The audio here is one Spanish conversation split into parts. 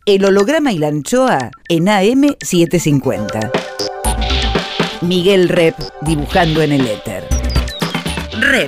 El holograma y la anchoa en AM750. Miguel Rep dibujando en el éter. Rep.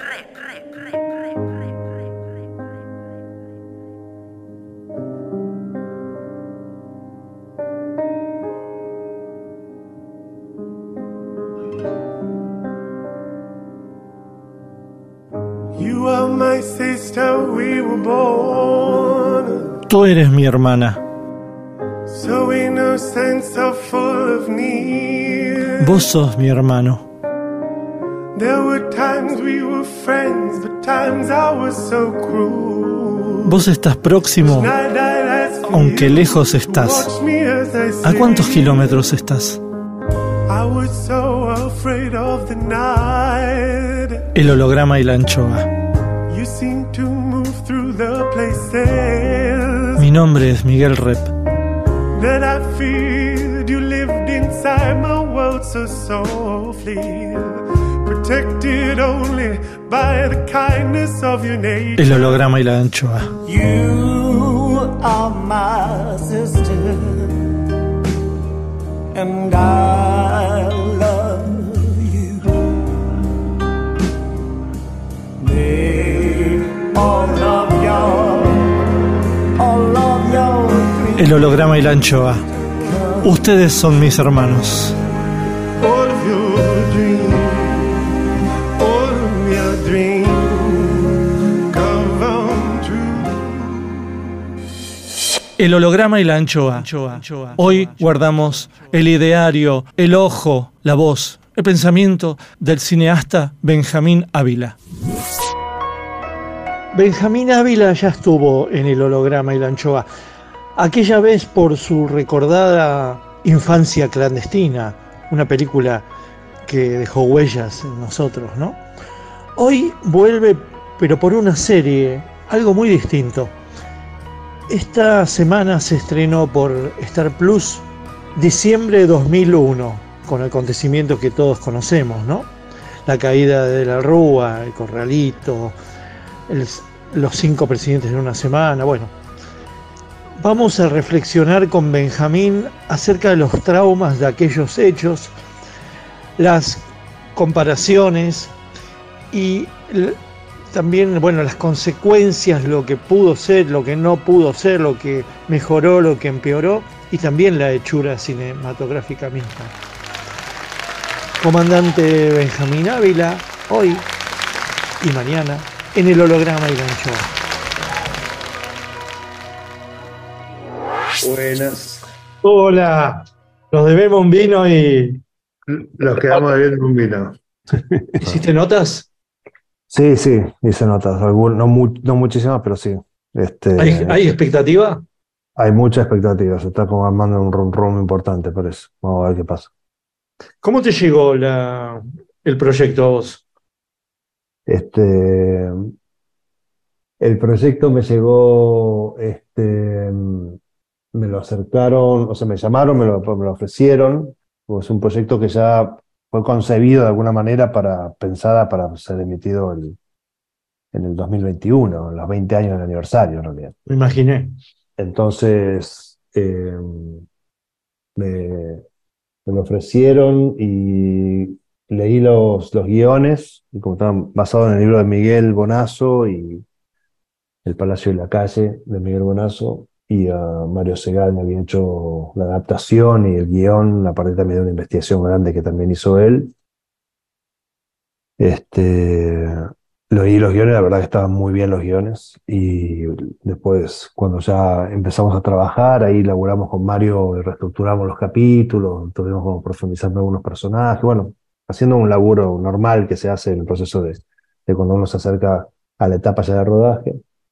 You are my sister, we were born. Tú eres mi hermana. So innocent, so full of need. Vos sos mi hermano. There were times we were friends, but times I was so cruel. Vos estás próximo, aunque lejos estás. ¿A cuántos kilómetros estás? I was so afraid of the night. El holograma y la anchoa. You seem to move through the places. Mi nombre es Miguel Rep. That I feared you lived inside my world so softly, protected only by the kindness of your nature. El holograma y la anchoa. You are my sister, and I love you. May all of your El holograma y la anchoa. Ustedes son mis hermanos. All of your dreams, all of your dreams come true. El holograma y la anchoa. Hoy guardamos el ideario, el ojo, la voz, el pensamiento del cineasta Benjamín Ávila. Benjamín Ávila ya estuvo en el holograma y la anchoa. Aquella vez por su recordada Infancia clandestina, una película que dejó huellas en nosotros, ¿no? Hoy vuelve, pero por una serie, algo muy distinto. Esta semana se estrenó por Star Plus diciembre de 2001, con acontecimientos que todos conocemos, ¿no? La caída de la Rúa, el Corralito, los 5 presidentes en una semana, bueno. Vamos a reflexionar con Benjamín acerca de los traumas de aquellos hechos, las comparaciones y también, bueno, las consecuencias, lo que pudo ser, lo que no pudo ser, lo que mejoró, lo que empeoró y también la hechura cinematográfica misma. Comandante Benjamín Ávila, hoy y mañana en el holograma y la anchoa. Buenas. Hola, nos debemos un vino y... Los quedamos bebiendo un vino. ¿Hiciste notas? Sí, hice notas. No muchísimas, pero sí. ¿Hay expectativa? Hay mucha expectativa. Se está como armando un rum importante, parece. Vamos a ver qué pasa. ¿Cómo te llegó el proyecto a vos? El proyecto me llegó, me lo acercaron, o sea, me llamaron, me lo ofrecieron. Es un proyecto que ya fue concebido de alguna manera pensada para ser emitido en el 2021, en los 20 años del aniversario, en realidad. Me imaginé. Entonces, me lo ofrecieron y leí los guiones, y como estaban basados en el libro de Miguel Bonazo y El Palacio de la Calle, de Miguel Bonazo, y a Mario Segal me había hecho la adaptación y el guión, aparte también de una investigación grande que también hizo él. Leí los guiones, la verdad que estaban muy bien los guiones, y después cuando ya empezamos a trabajar, ahí laburamos con Mario y reestructuramos los capítulos, estuvimos como profundizando algunos personajes, bueno, haciendo un laburo normal que se hace en el proceso de cuando uno se acerca a la etapa ya de rodaje.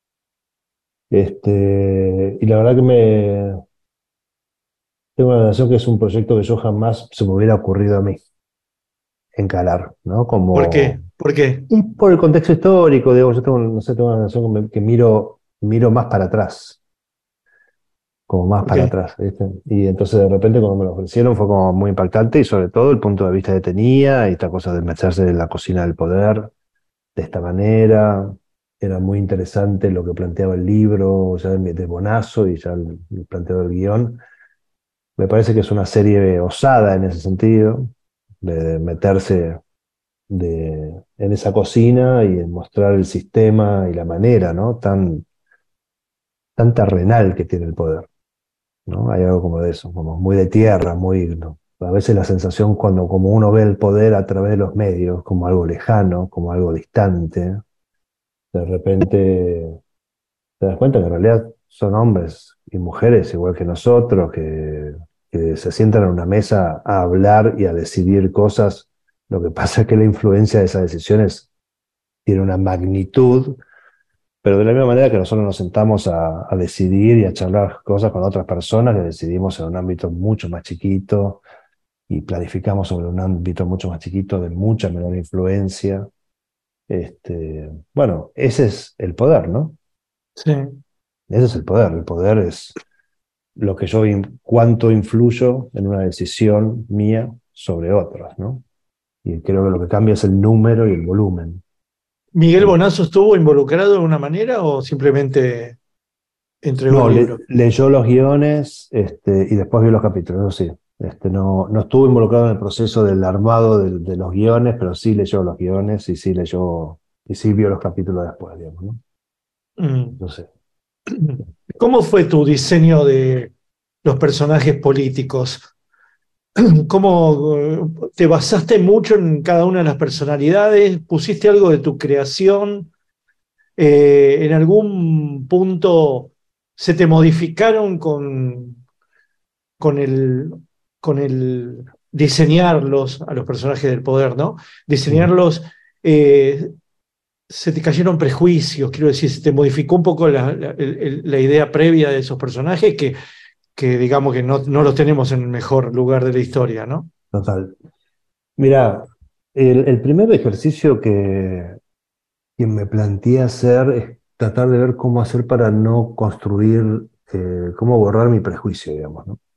Y la verdad que tengo la sensación que es un proyecto que yo jamás se me hubiera ocurrido a mí encarar, ¿no? ¿Por qué? ¿Por qué? Y por el contexto histórico, digo, yo tengo una sensación que miro más para atrás, como más para atrás, ¿viste? Y entonces de repente cuando me lo ofrecieron fue como muy impactante, y sobre todo el punto de vista que tenía, y esta cosa de meterse en la cocina del poder de esta manera, era muy interesante lo que planteaba el libro, ya de Bonazo y ya el planteo del guión. Me parece que es una serie osada en ese sentido, de meterse en esa cocina y en mostrar el sistema y la manera, ¿no? Tan terrenal que tiene el poder, ¿no? Hay algo como de eso, como muy de tierra, muy, ¿no? A veces la sensación cuando como uno ve el poder a través de los medios, como algo lejano, como algo distante, de repente te das cuenta que en realidad son hombres y mujeres igual que nosotros, que se sientan a una mesa a hablar y a decidir cosas. Lo que pasa es que la influencia de esas decisiones tiene una magnitud, pero de la misma manera que nosotros nos sentamos a decidir y a charlar cosas con otras personas, que decidimos en un ámbito mucho más chiquito y planificamos sobre un ámbito mucho más chiquito de mucha menor influencia. Bueno, ese es el poder, ¿no? Sí. Ese es el poder. El poder es lo que yo, cuánto influyo en una decisión mía sobre otras, ¿no? Y creo que lo que cambia es el número y el volumen. ¿Miguel Bonazo estuvo involucrado de alguna manera o simplemente entregó el No, libro? leyó los guiones y después vio los capítulos, eso sí. No estuvo involucrado en el proceso del armado de los guiones, pero sí leyó los guiones y sí leyó, y sí vio los capítulos después, digamos, ¿no? Mm. No sé. ¿Cómo fue tu diseño de los personajes políticos? ¿Cómo te basaste mucho en cada una de las personalidades? ¿Pusiste algo de tu creación? ¿En algún punto se te modificaron con el, con el diseñarlos a los personajes del poder, ¿no? Ujú. Diseñarlos, se te cayeron prejuicios, quiero decir, se te modificó un poco la idea previa de esos personajes que digamos que no los tenemos en el mejor lugar de la historia, ¿no? Total. Mira, el primer ejercicio que me planteé hacer es tratar de ver cómo hacer para no construir, cómo borrar mi prejuicio, digamos, ¿no?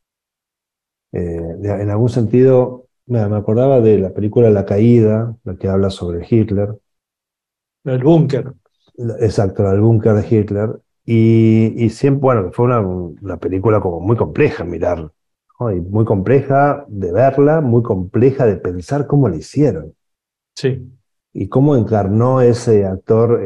En algún sentido, me acordaba de la película La Caída, la que habla sobre Hitler, El búnker. exacto, el búnker de Hitler, y siempre, bueno, fue una película como muy compleja mirar, ¿no? Y muy compleja de verla, muy compleja de pensar cómo la hicieron. Sí. Y cómo encarnó ese actor,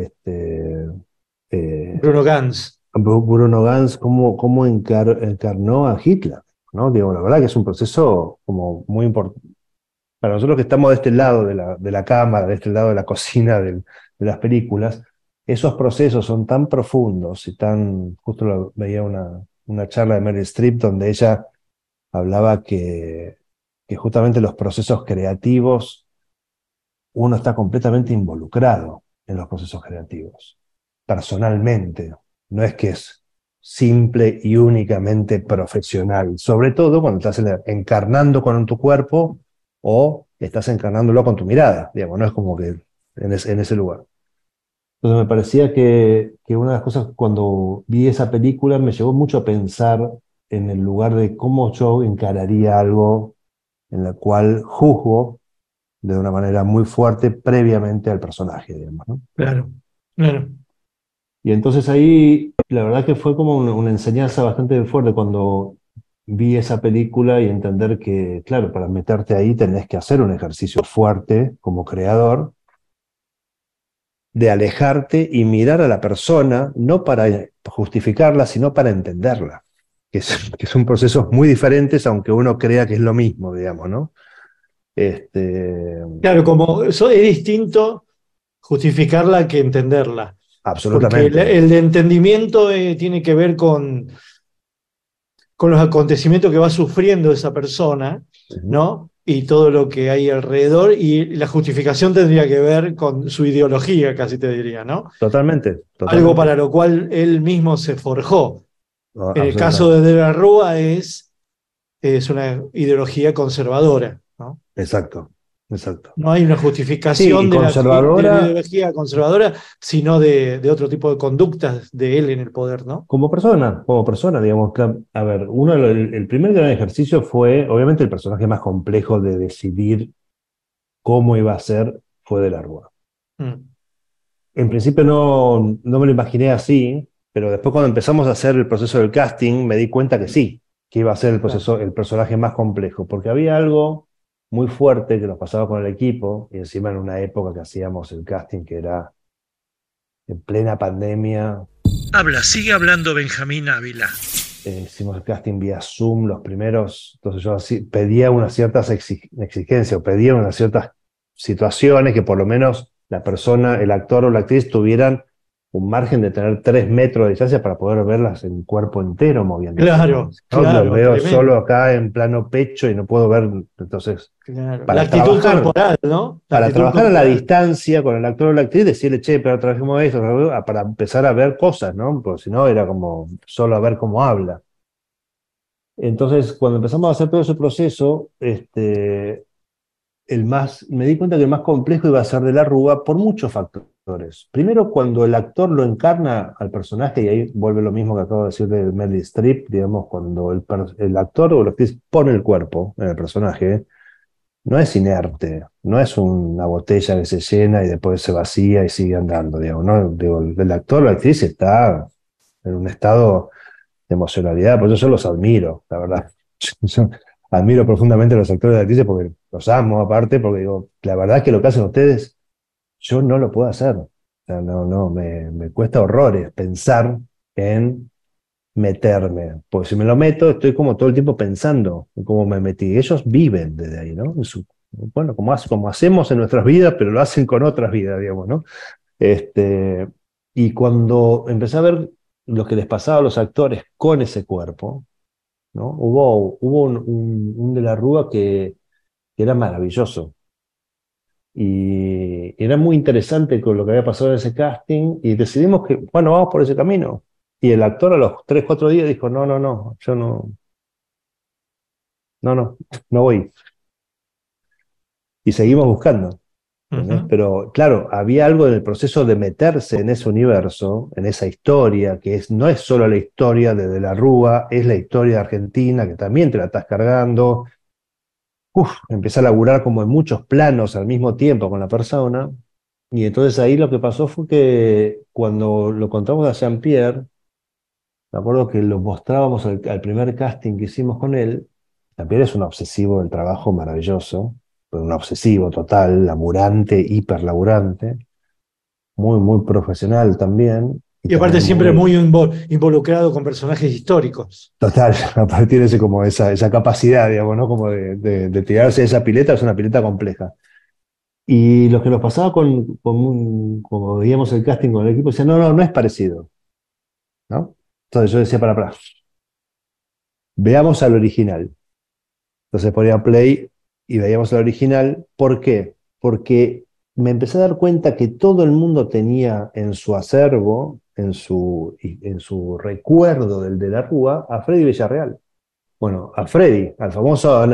eh, Bruno Gans. Bruno Gans, cómo encarnó a Hitler, ¿no? Digo, la verdad que es un proceso como muy importante. Para nosotros que estamos de este lado de la cámara, de este lado de la cocina de las películas, esos procesos son tan profundos y tan, justo veía una charla de Meryl Streep donde ella hablaba que justamente los procesos creativos uno está completamente involucrado en los procesos creativos, personalmente. No es que es simple y únicamente profesional, sobre todo cuando estás encarnando con tu cuerpo o estás encarnándolo con tu mirada, digamos, no es como que en ese lugar. Entonces me parecía que una de las cosas cuando vi esa película me llevó mucho a pensar en el lugar de cómo yo encararía algo en la cual juzgo de una manera muy fuerte previamente al personaje, digamos, ¿no? Claro, claro. Y entonces ahí, la verdad que fue como una enseñanza bastante fuerte cuando vi esa película y entender que, claro, para meterte ahí tenés que hacer un ejercicio fuerte como creador, de alejarte y mirar a la persona, no para justificarla, sino para entenderla, que son procesos muy diferentes, aunque uno crea que es lo mismo, digamos, ¿no? Este, Claro, como eso es distinto justificarla que entenderla. Porque absolutamente. el de entendimiento tiene que ver con los acontecimientos que va sufriendo esa persona, Ujú. ¿no? Y todo lo que hay alrededor, y la justificación tendría que ver con su ideología, casi te diría, ¿no? Totalmente, Algo totalmente. para lo cual él mismo se forjó. No, En el caso absolutamente. de la Rúa es una ideología conservadora, ¿no? Exacto, exacto. No hay una Sí, y justificación de la conservadora ideología conservadora, sino de otro tipo de conductas de él en el poder, ¿no? como persona, digamos. A ver, el primer gran ejercicio fue, obviamente, el personaje más complejo de decidir cómo iba a ser fue de la Rúa. Mm. En principio no me lo imaginé así, pero después cuando empezamos a hacer el proceso del casting me di cuenta que sí, que iba a ser Claro. el personaje más complejo, porque había algo muy fuerte que nos pasaba con el equipo, y encima en una época que hacíamos el casting que era en plena pandemia. Habla, sigue hablando Benjamín Ávila. Hicimos el casting vía Zoom los primeros, entonces yo así pedía unas ciertas exigencias o pedía unas ciertas situaciones que por lo menos la persona, el actor o la actriz tuvieran un margen de tener 3 metros de distancia para poder verlas en cuerpo entero moviéndose. Claro, ¿No? Los claro, veo solo tremendo. acá en plano pecho y no puedo ver, entonces Claro. La para actitud trabajar, corporal, ¿no? La para actitud trabajar a la corporal. distancia con el actor o la actriz, decirle, che, pero trabajemos esto, para empezar a ver cosas, ¿no? Porque si no era como solo a ver cómo habla. Entonces, cuando empezamos a hacer todo ese proceso, me di cuenta que el más complejo iba a ser de la Rúa por muchos factores. Primero, cuando el actor lo encarna al personaje, y ahí vuelve lo mismo que acabo de decir de Meryl Streep, digamos, cuando el actor o la actriz pone el cuerpo en el personaje, no es inerte, no es una botella que se llena y después se vacía y sigue andando, digamos, ¿no? Digo, el actor o la actriz está en un estado de emocionalidad, por eso yo los admiro, la verdad. Yo admiro profundamente a los actores y actrices porque los amo aparte, porque digo, la verdad es que lo que hacen ustedes, yo no lo puedo hacer. O sea, me cuesta horrores pensar en meterme, porque si me lo meto, estoy como todo el tiempo pensando en cómo me metí. Ellos viven desde ahí, ¿no? Bueno, como hacemos en nuestras vidas, pero lo hacen con otras vidas, digamos, ¿no? Este, y cuando empecé a ver lo que les pasaba a los actores con ese cuerpo, ¿no? Hubo un de la Rúa que era maravilloso. Y era muy interesante con lo que había pasado en ese casting y decidimos que, bueno, vamos por ese camino. Y el actor a los 3 4 días dijo, no, yo no voy. Y seguimos buscando. ¿Entendés? Ujú. Pero claro, había algo en el proceso de meterse en ese universo, en esa historia, no es solo la historia de la Rúa, es la historia de Argentina, que también te la estás cargando. Empecé a laburar como en muchos planos al mismo tiempo con la persona. Y entonces ahí lo que pasó fue que cuando lo contamos a Jean-Pierre, me acuerdo que lo mostrábamos al primer casting que hicimos con él. Jean-Pierre es un obsesivo del trabajo maravilloso, pero un obsesivo total, laburante, hiper laburante, muy profesional también, y Y aparte también siempre muy muy involucrado con personajes históricos. total, a partir de ese, como esa capacidad, digamos, ¿no? Como de tirarse de esa pileta, es una pileta compleja. Y lo que nos pasaba como veíamos el casting con el equipo, decían, no es parecido, ¿no? Entonces yo decía, para, veamos al original. Entonces ponía play y veíamos al original. ¿Por qué? Porque me empecé a dar cuenta que todo el mundo tenía en su acervo, en su recuerdo del de la Rúa, a Freddy Villarreal. Bueno, a Freddy, al famoso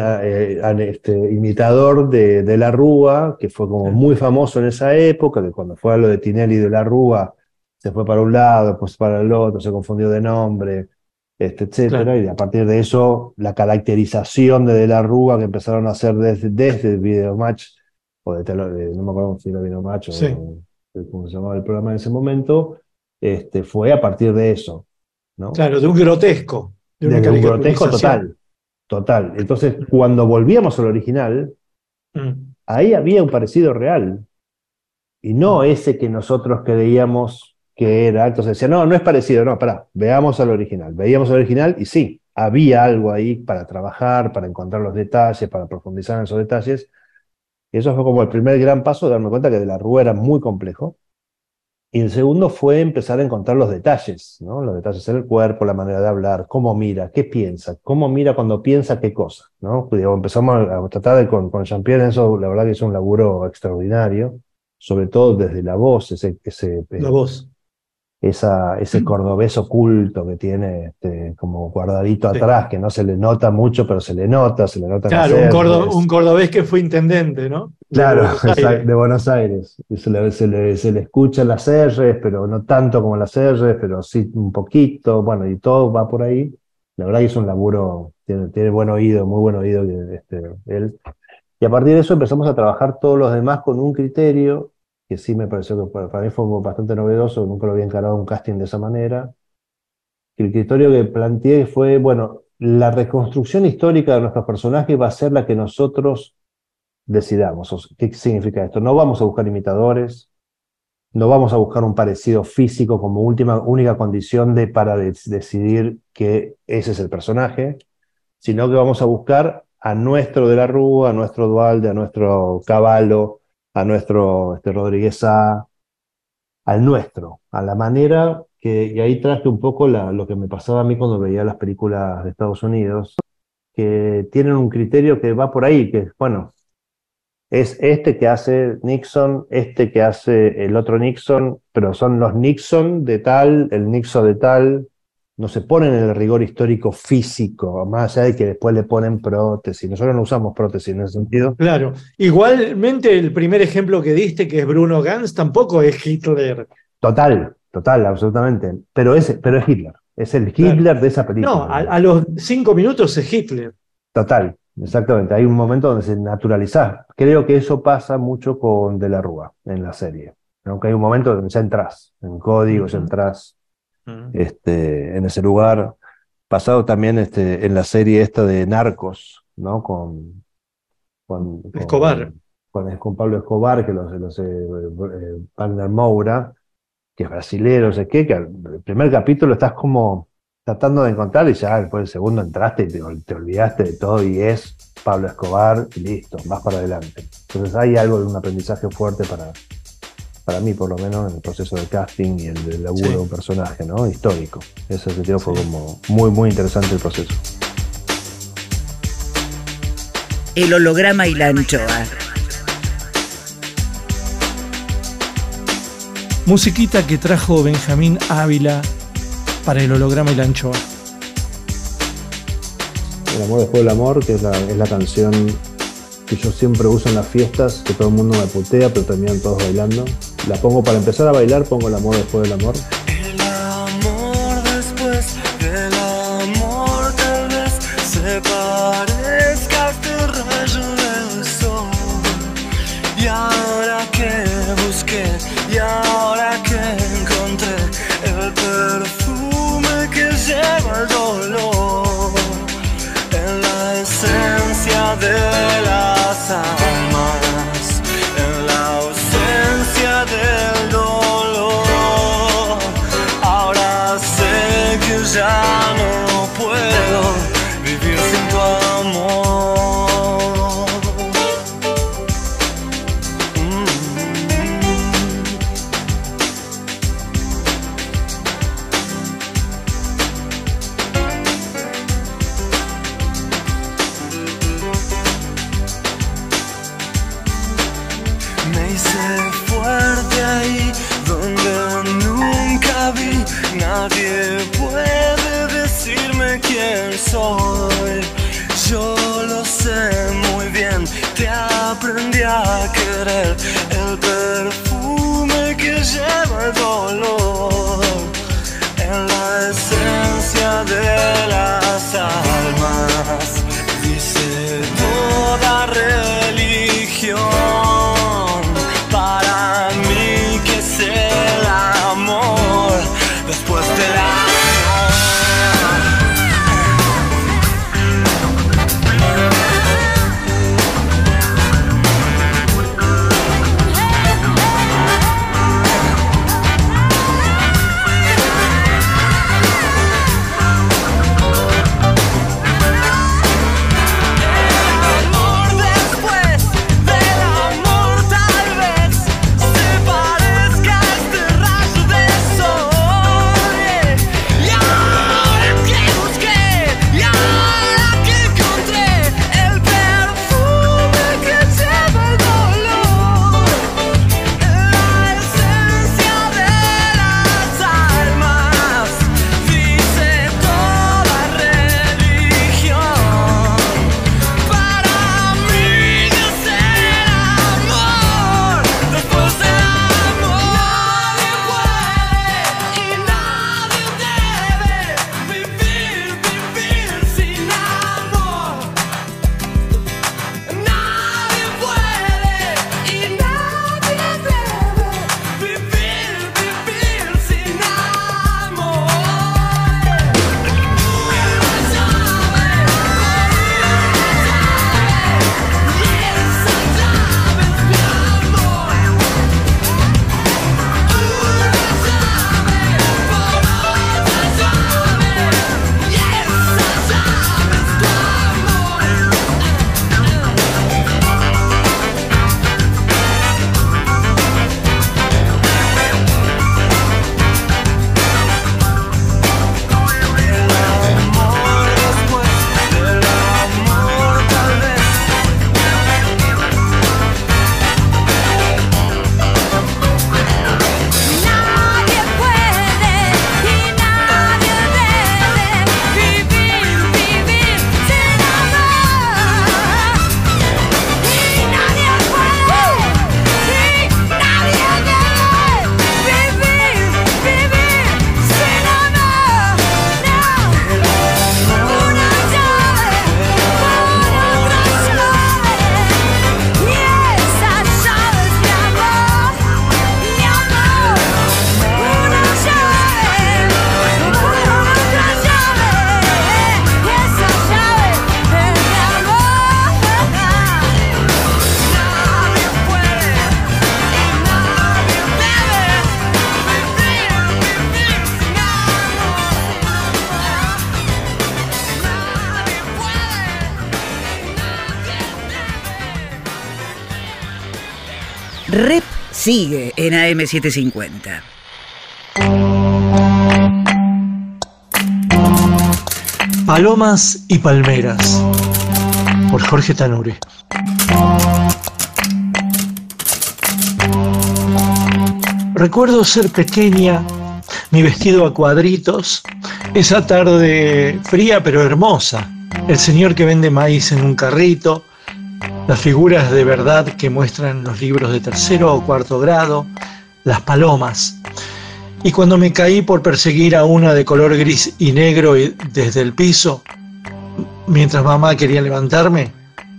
imitador de la Rúa, que fue como muy famoso en esa época, que cuando fue a lo de Tinelli de la Rúa, se fue para un lado, después para el otro, se confundió de nombre, etcétera, Claro, y a partir de eso, la caracterización de la Rúa que empezaron a hacer desde el Videomatch, o no me acuerdo si era Videomatch sí. o cómo se llamaba el programa en ese momento, fue a partir de eso, ¿no? Claro, de un grotesco, de una Desde un grotesco caricaturización. total. Total. Entonces, cuando volvíamos al original, Mm, ahí había un parecido real. Y no mm. ese que nosotros creíamos que era. Entonces decía, no es parecido. No, pará, veamos al original. Veíamos al original y sí, había algo ahí para trabajar, para encontrar los detalles, para profundizar en esos detalles. Y eso fue como el primer gran paso de darme cuenta que De la Rúa era muy complejo. Y el segundo fue empezar a encontrar los detalles, ¿no? Los detalles en el cuerpo, la manera de hablar, cómo mira, qué piensa, cómo mira cuando piensa qué cosa, ¿no? Pues, digo, empezamos a tratar con Jean-Pierre, eso la verdad que es un laburo extraordinario, sobre todo desde la voz, La voz. ese cordobés oculto que tiene como guardadito Sí. atrás, que no se le nota mucho, pero se le nota en las Claro, un R. cordobés que fue intendente, ¿no? De Claro, Buenos Aires. de Buenos Aires. Y se le escuchan las R's, pero no tanto como las R's, pero sí un poquito. Bueno, y todo va por ahí. La verdad que es un laburo, tiene buen oído, muy buen oído él. Y a partir de eso empezamos a trabajar todos los demás con un criterio. que sí me pareció que para mí fue bastante novedoso, nunca lo había encarado un casting de esa manera. El criterio que planteé fue, bueno, la reconstrucción histórica de nuestros personajes va a ser la que nosotros decidamos. O sea, ¿qué significa esto? No vamos a buscar imitadores, no vamos a buscar un parecido físico como única condición para decidir que ese es el personaje, sino que vamos a buscar a nuestro de la Rúa, a nuestro Dualde, a nuestro Cavallo, a nuestro Rodríguez A, al nuestro, a la manera que, y ahí traje un poco lo que me pasaba a mí cuando veía las películas de Estados Unidos, que tienen un criterio que va por ahí, que bueno, es este que hace Nixon, este que hace el otro Nixon, pero son los Nixon de tal, el Nixon de tal, no se ponen en el rigor histórico físico, más allá de que después le ponen prótesis. Nosotros no usamos prótesis en ese sentido. Claro. Igualmente el primer ejemplo que diste, que es Bruno Ganz, tampoco es Hitler. Total, absolutamente. Pero es Hitler. Es el Hitler Claro. de esa película. No, a los 5 minutos es Hitler. Total, exactamente. Hay un momento donde se naturaliza. Creo que eso pasa mucho con De la Rúa en la serie. Aunque hay un momento donde ya entras en código, ya entras en ese lugar. Pasado también en la serie esta de Narcos, ¿no? Con Escobar. Con Pablo Escobar, que los Wagner Moura, que es brasilero, no sé qué, que el primer capítulo estás como tratando de encontrar y ya después del segundo entraste y te olvidaste de todo y es Pablo Escobar y listo, vas para adelante. Entonces hay algo de un aprendizaje fuerte para mí, por lo menos, en el proceso de casting y el laburo de un personaje, ¿no? Histórico. Ese sentido fue como muy, muy interesante el proceso. El holograma y la anchoa. Musiquita que trajo Benjamín Ávila para el holograma y la anchoa. El amor después del amor, que es la canción que yo siempre uso en las fiestas, que todo el mundo me putea, pero terminan todos bailando. La pongo para empezar a bailar, pongo el amor después del amor. El amor después del amor tal vez se parezca a este rayo del sol. Y ahora que busqué, y ahora que encontré el perfume que lleva el dolor, en la esencia de las almas, en la ausencia del dolor. Ahora sé que ya no puedo vivir sin tu amor. Me hice fuerte ahí donde nunca vi. Nadie puede decirme quién soy. Yo lo sé muy bien, te aprendí a querer. El perfume que lleva el dolor, en la esencia de las almas, dice toda religión. Para mí que es el amor después del amor. Rep sigue en AM750. Palomas y palmeras, por Jorge Tanure. Recuerdo ser pequeña, mi vestido a cuadritos, esa tarde fría pero hermosa, el señor que vende maíz en un carrito, las figuras de verdad que muestran los libros de tercero o cuarto grado, las palomas. Y cuando me caí por perseguir a una de color gris y negro desde el piso, mientras mamá quería levantarme,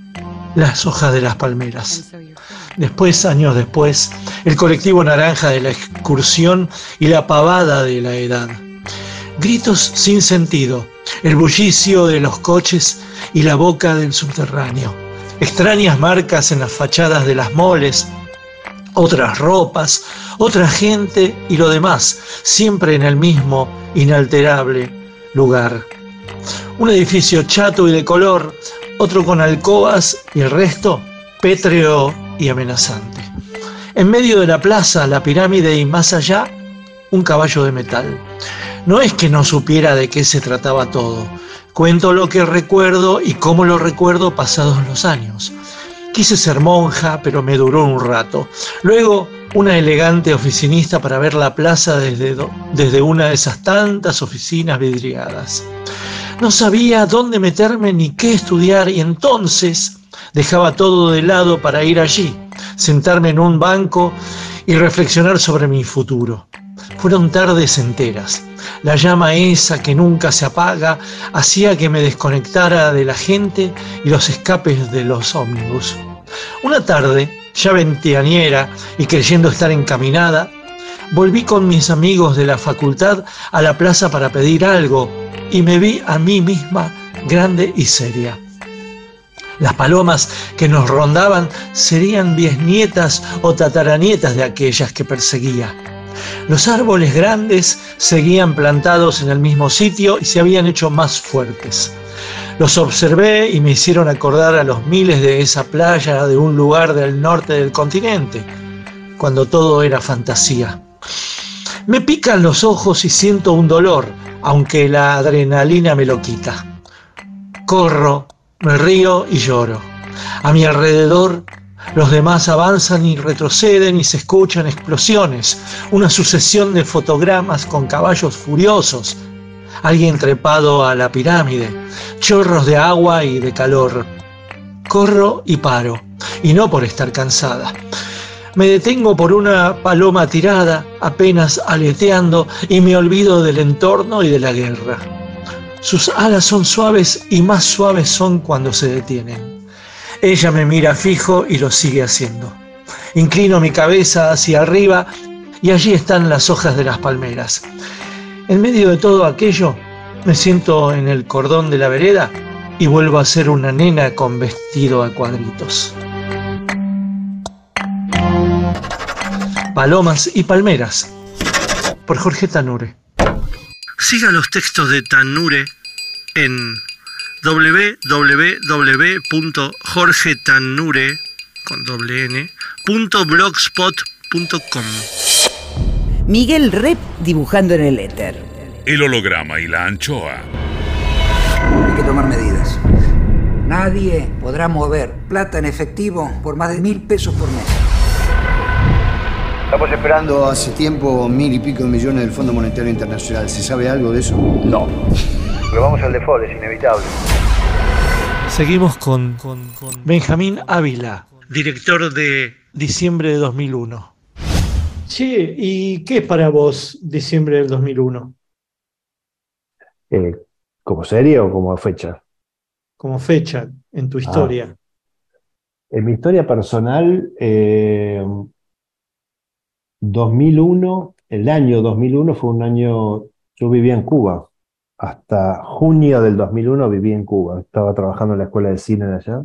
las hojas de las palmeras. Después, años después, el colectivo naranja de la excursión y la pavada de la edad. Gritos sin sentido, el bullicio de los coches y la boca del subterráneo. Extrañas marcas en las fachadas de las moles, otras ropas, otra gente y lo demás, siempre en el mismo inalterable lugar. Un edificio chato y de color, otro con alcobas y el resto pétreo y amenazante. En medio de la plaza, la pirámide y más allá, un caballo de metal. No es que no supiera de qué se trataba todo. Cuento lo que recuerdo y cómo lo recuerdo pasados los años. Quise ser monja, pero me duró un rato. Luego, una elegante oficinista para ver la plaza desde una de esas tantas oficinas vidriadas. No sabía dónde meterme ni qué estudiar y entonces dejaba todo de lado para ir allí, sentarme en un banco y reflexionar sobre mi futuro. Fueron tardes enteras. La llama esa que nunca se apaga hacía que me desconectara de la gente y los escapes de los ómnibus. Una tarde, ya veinteañera y creyendo estar encaminada, volví con mis amigos de la facultad a la plaza para pedir algo y me vi a mí misma grande y seria. Las palomas que nos rondaban serían bisnietas o tataranietas de aquellas que perseguía. Los árboles grandes seguían plantados en el mismo sitio y se habían hecho más fuertes. Los observé y me hicieron acordar a los miles de esa playa de un lugar del norte del continente, cuando todo era fantasía. Me pican los ojos y siento un dolor, aunque la adrenalina me lo quita. Corro, me río y lloro. A mi alrededor, los demás avanzan y retroceden y se escuchan explosiones, una sucesión de fotogramas con caballos furiosos, alguien trepado a la pirámide, chorros de agua y de calor. Corro y paro, y no por estar cansada. Me detengo por una paloma tirada, apenas aleteando, y me olvido del entorno y de la guerra. Sus alas son suaves y más suaves son cuando se detienen. Ella me mira fijo y lo sigue haciendo. Inclino mi cabeza hacia arriba y allí están las hojas de las palmeras. En medio de todo aquello, me siento en el cordón de la vereda y vuelvo a ser una nena con vestido a cuadritos. Palomas y palmeras, por Jorge Tanure. Siga los textos de Tanure en www.jorgetanure.blogspot.com. Miguel Rep dibujando en el éter. El holograma y la anchoa. Hay que tomar medidas. Nadie podrá mover plata en efectivo por más de 1.000 pesos por mes. Estamos esperando hace tiempo 1.000 y pico de millones del Fondo Monetario Internacional. ¿Se sabe algo de eso? No. Pero vamos al default, es inevitable. Seguimos con Benjamín Ávila, director de diciembre de 2001. Che, ¿y qué es para vos diciembre del 2001? ¿Como serie o como fecha? Como fecha en tu historia. En mi historia personal, 2001, el año 2001 fue un año, yo vivía en Cuba. Hasta junio del 2001 viví en Cuba. Estaba trabajando en la escuela de cine de allá.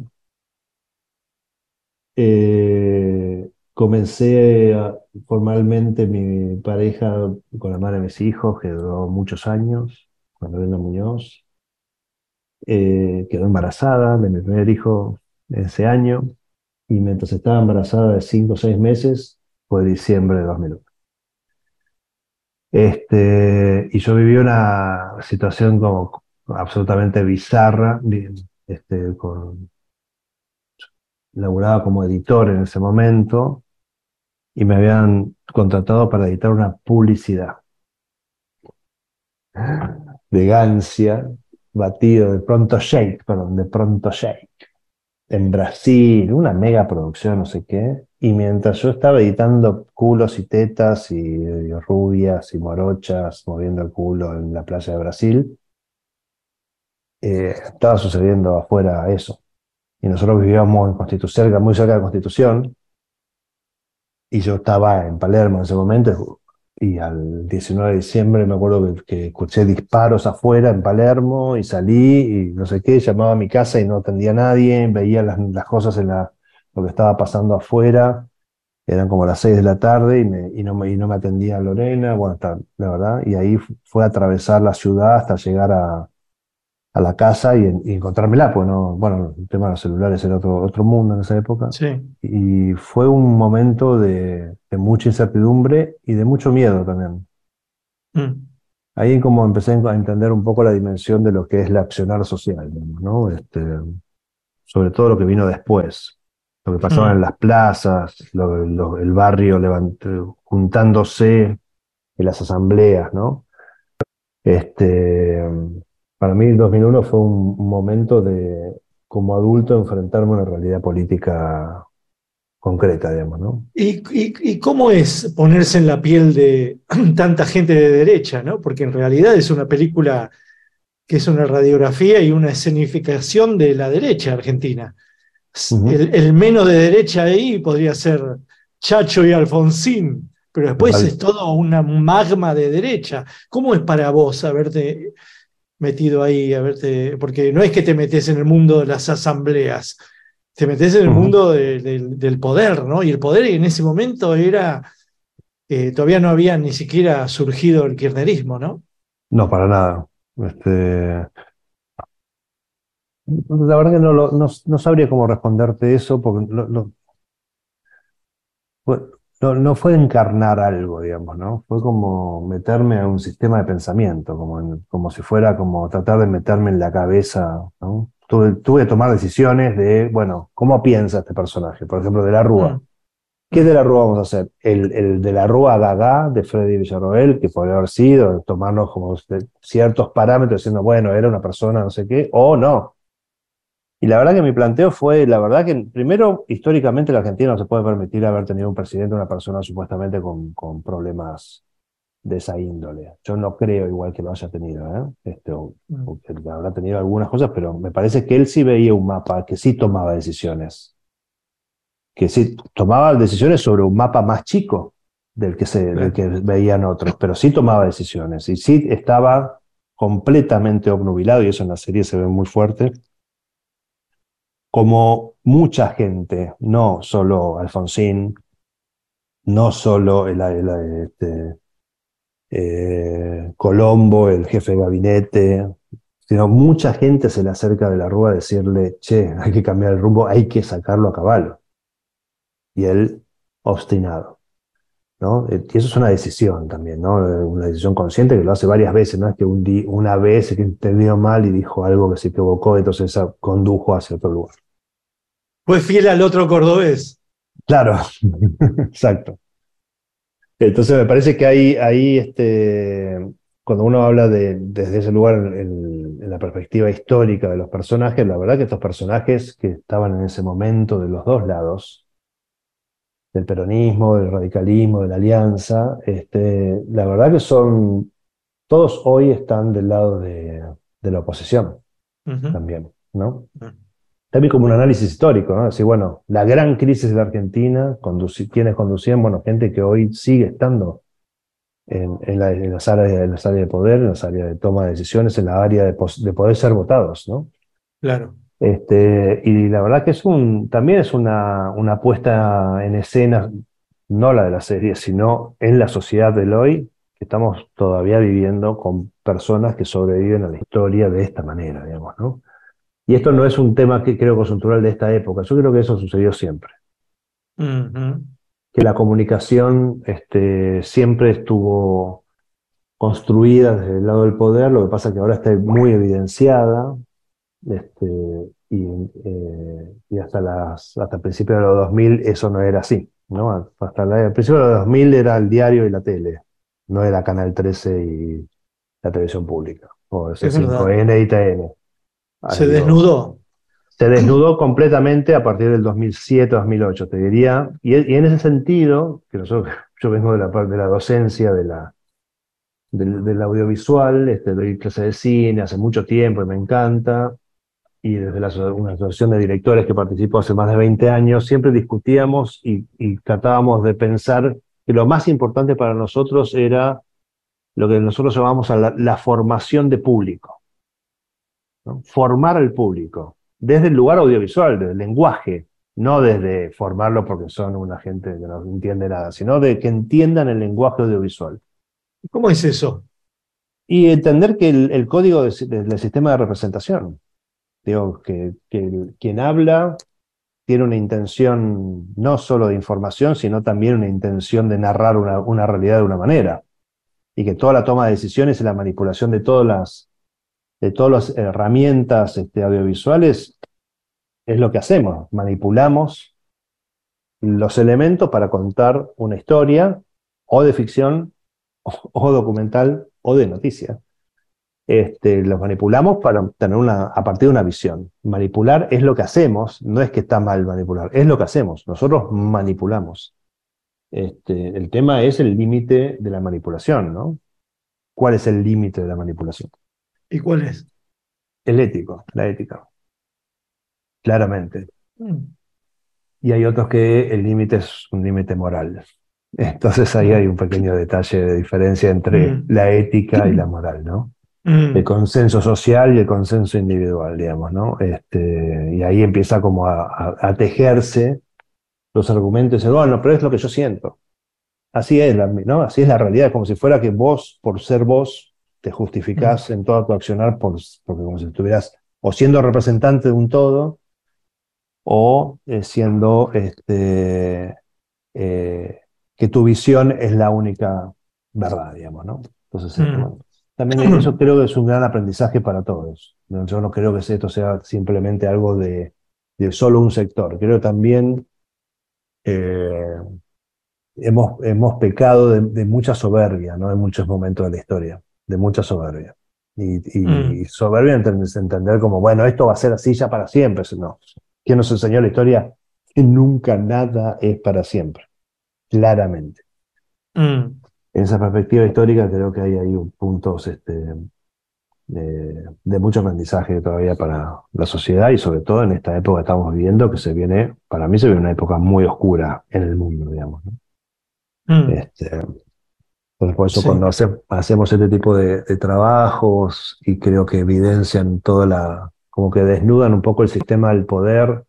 Comencé formalmente mi pareja con la madre de mis hijos, que duró muchos años, con Lorena Muñoz. Quedó embarazada de mi primer hijo ese año. y mientras estaba embarazada de 5 o 6 meses, fue diciembre de 2001. Y yo viví una situación como absolutamente bizarra, laburaba como editor en ese momento y me habían contratado para editar una publicidad de Gancia, batido de Pronto Shake, perdón, de Pronto Shake, en Brasil, una mega producción, no sé qué. Y mientras yo estaba editando culos y tetas y rubias y morochas moviendo el culo en la playa de Brasil, estaba sucediendo afuera eso. Y nosotros vivíamos en Constitución, muy cerca de Constitución, y yo estaba en Palermo en ese momento, y al 19 de diciembre me acuerdo que escuché disparos afuera en Palermo, y salí, y no sé qué, llamaba a mi casa y no atendía a nadie, veía las cosas lo que estaba pasando afuera, eran como las 6 de la tarde, y no me atendía Lorena, bueno, la verdad, y ahí fue a atravesar la ciudad hasta llegar a la casa y encontrármela, pues no, bueno, el tema de los celulares era otro mundo en esa época. Sí. Y fue un momento de mucha incertidumbre y de mucho miedo también. Mm. Ahí como empecé a entender un poco la dimensión de lo que es el accionar social, digamos, ¿no? Sobre todo lo que vino después, lo que pasaba en las plazas, el barrio juntándose en las asambleas, ¿no? Para mí el 2001 fue un momento de, como adulto, enfrentarme a una realidad política concreta, digamos, ¿no? ¿Y cómo es ponerse en la piel de tanta gente de derecha, ¿no? Porque en realidad es una película que es una radiografía y una escenificación de la derecha argentina. El menos de derecha ahí podría ser Chacho y Alfonsín, pero después Total. es todo un magma de derecha. ¿Cómo es para vos haberte metido ahí, porque no es que te metes en el mundo de las asambleas, te metes en el mundo del poder, ¿no? Y el poder en ese momento todavía no había ni siquiera surgido el kirchnerismo, ¿no? No, para nada. La verdad que no sabría cómo responderte eso, porque no fue encarnar algo, digamos, ¿no? Fue como meterme a un sistema de pensamiento, como si fuera como tratar de meterme en la cabeza, ¿no? Tuve que tomar decisiones de, bueno, ¿cómo piensa este personaje? Por ejemplo, de la Rúa. ¿Qué de la Rúa vamos a hacer? El de la Rúa Gagá de Freddy Villarroel, que podría haber sido, tomarnos como ciertos parámetros diciendo, bueno, era una persona, no sé qué, o no. Y la verdad que mi planteo fue, la verdad que primero, históricamente la Argentina no se puede permitir haber tenido un presidente, una persona supuestamente con problemas de esa índole. Yo no creo igual que lo haya tenido, porque habrá tenido algunas cosas, pero me parece que él sí veía un mapa, que sí tomaba decisiones, que sí tomaba decisiones sobre un mapa más chico del que veían otros, pero sí tomaba decisiones y sí estaba completamente obnubilado, y eso en la serie se ve muy fuerte, como mucha gente, no solo Alfonsín, no solo Colombo, el jefe de gabinete, sino mucha gente se le acerca de la Rúa a decirle, che, hay que cambiar el rumbo, hay que sacarlo a caballo. Y él, obstinado, ¿no? Y eso es una decisión también, ¿no? Una decisión consciente que lo hace varias veces, no es que una vez que entendió mal y dijo algo que se equivocó, entonces esa condujo hacia otro lugar. Fue fiel al otro cordobés. Claro, exacto. Entonces me parece que ahí cuando uno habla desde ese lugar en la perspectiva histórica de los personajes, la verdad que estos personajes que estaban en ese momento de los dos lados, del peronismo, del radicalismo, de la alianza, la verdad que todos hoy están del lado de la oposición también, ¿no? También como un análisis histórico, ¿no? Decir, bueno, la gran crisis de la Argentina, quienes conducían, bueno, gente que hoy sigue estando en las áreas de poder, en las áreas de toma de decisiones, en la área de poder ser votados, ¿no? Claro. Y la verdad que también es una puesta en escena, no la de la serie, sino en la sociedad del hoy, que estamos todavía viviendo con personas que sobreviven a la historia de esta manera, digamos, ¿no? Y esto no es un tema que creo coyuntural de esta época, yo creo que eso sucedió siempre. Ujú. Que la comunicación siempre estuvo construida desde el lado del poder, lo que pasa es que ahora está muy evidenciada, este, y hasta el principio de los 2000 eso no era así, ¿no? El principio de los 2000 era el diario y la tele, no era Canal 13 y la televisión pública, o Es verdad. C5N y TN. Ahora Se digo, desnudó. se desnudó completamente a partir del 2007-2008, te diría, y en ese sentido, que yo vengo de la parte de la docencia, del audiovisual, doy clase de cine hace mucho tiempo y me encanta, y desde una asociación de directores que participó hace más de 20 años, siempre discutíamos y tratábamos de pensar que lo más importante para nosotros era lo que nosotros llamamos a la formación de público, ¿no? Formar al público, desde el lugar audiovisual, desde el lenguaje, no desde formarlo porque son una gente que no entiende nada, sino de que entiendan el lenguaje audiovisual. ¿Cómo es eso? Y entender que el código del sistema de representación, digo, que quien habla tiene una intención no solo de información, sino también una intención de narrar una realidad de una manera. Y que toda la toma de decisiones y la manipulación de todas las herramientas audiovisuales es lo que hacemos. Manipulamos los elementos para contar una historia, o de ficción, o documental, o de noticia. Los manipulamos para tener a partir de una visión. Manipular es lo que hacemos, no es que está mal manipular, es lo que hacemos. Nosotros manipulamos. El tema es el límite de la manipulación, ¿no? ¿Cuál es el límite de la manipulación? ¿Y cuál es? El ético, la ética, claramente. Y hay otros que el límite es un límite moral. Entonces ahí hay un pequeño detalle de diferencia entre la ética y la moral, ¿no? El consenso social y el consenso individual, digamos, ¿no? Y ahí empieza como a tejerse los argumentos, y bueno, pero es lo que yo siento. Así es, ¿no? Así es la realidad, como si fuera que vos, por ser vos, te justificás en todo tu accionar porque como si estuvieras o siendo representante de un todo, o siendo que tu visión es la única verdad, digamos, ¿no? Entonces, bueno, también eso creo que es un gran aprendizaje para todos. Yo no creo que esto sea simplemente algo de solo un sector. Creo que también hemos pecado de mucha soberbia, ¿no? En muchos momentos de la historia, de mucha soberbia. Y soberbia entender como, bueno, esto va a ser así ya para siempre. No. ¿Quién nos enseñó la historia? Que nunca nada es para siempre. Claramente. En esa perspectiva histórica creo que hay ahí puntos de mucho aprendizaje todavía para la sociedad y sobre todo en esta época que estamos viviendo que para mí se viene una época muy oscura en el mundo, digamos, ¿no? Entonces por eso cuando hacemos este tipo de trabajos y creo que evidencian como que desnudan un poco el sistema del poder,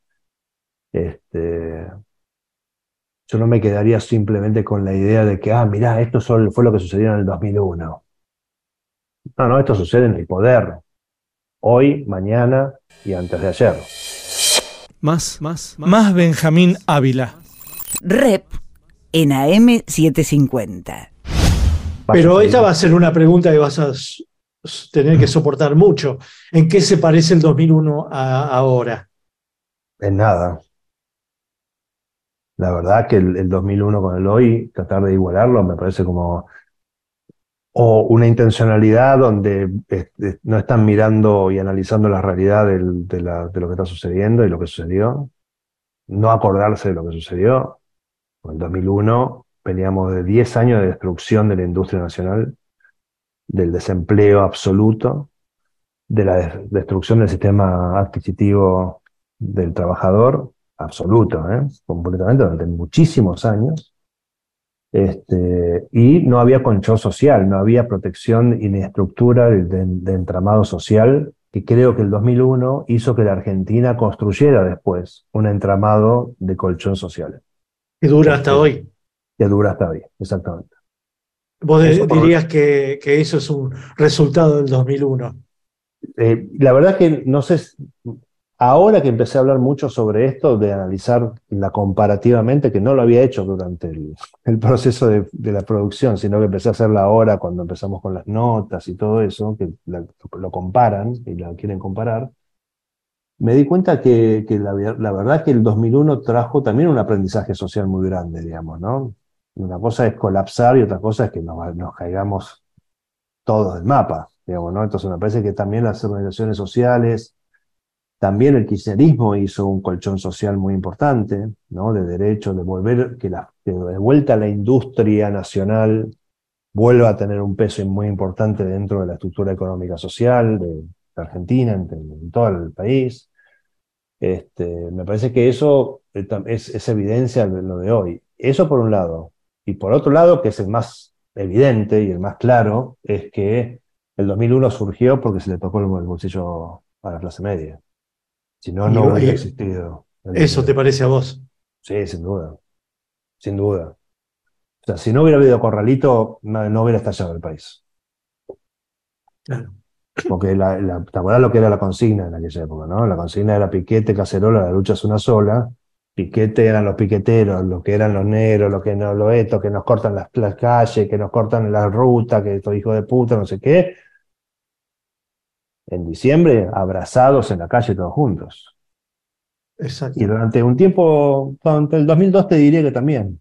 yo no me quedaría simplemente con la idea de que, mirá, esto solo fue lo que sucedió en el 2001. No, esto sucede en el poder. Hoy, mañana y antes de ayer. Más Benjamín Ávila. Rep en AM750. Pero esta va a ser una pregunta que vas a tener que soportar mucho. ¿En qué se parece el 2001 a ahora? En nada. La verdad que el 2001 con el hoy, tratar de igualarlo, me parece como o una intencionalidad donde no están mirando y analizando la realidad de lo que está sucediendo y lo que sucedió, no acordarse de lo que sucedió. En el 2001 veníamos de 10 años de destrucción de la industria nacional, del desempleo absoluto, de la destrucción del sistema adquisitivo del trabajador, absoluto, completamente, durante muchísimos años. Y no había control social, no había protección y ni estructura de entramado social, que creo que el 2001 hizo que la Argentina construyera después un entramado de colchón social. Que dura hasta hoy. Que dura hasta hoy, exactamente. ¿Vos dirías que eso es un resultado del 2001? La verdad es que no sé, ahora que empecé a hablar mucho sobre esto, de analizar la comparativamente, que no lo había hecho durante el proceso de la producción, sino que empecé a hacerla ahora cuando empezamos con las notas y todo eso, que lo comparan y la quieren comparar, me di cuenta que la verdad que el 2001 trajo también un aprendizaje social muy grande, digamos, ¿no? Una cosa es colapsar y otra cosa es que nos caigamos todos del mapa, digamos, ¿no? Entonces me parece que también las organizaciones sociales, también el kirchnerismo hizo un colchón social muy importante, ¿no? De derechos, de volver, que de vuelta la industria nacional vuelva a tener un peso muy importante dentro de la estructura económica social de Argentina, en todo el país. Me parece que eso es evidencia de lo de hoy. Eso por un lado. Y por otro lado, que es el más evidente y el más claro, es que el 2001 surgió porque se le tocó el bolsillo a la clase media. Si no, no hubiera existido. ¿Eso te parece a vos? Sí, sin duda. Sin duda. O sea, si no hubiera habido corralito, no hubiera estallado el país. Claro. Porque ¿te acordás lo que era la consigna en aquella época, ¿no? La consigna era piquete, cacerola, la lucha es una sola. Piquete eran los piqueteros, lo que eran los negros, lo que no, lo esto, que nos cortan las calles, que nos cortan la ruta, que estos hijos de puta, no sé qué. En diciembre, abrazados en la calle todos juntos. Exacto. Y durante un tiempo, durante el 2002 te diría que también.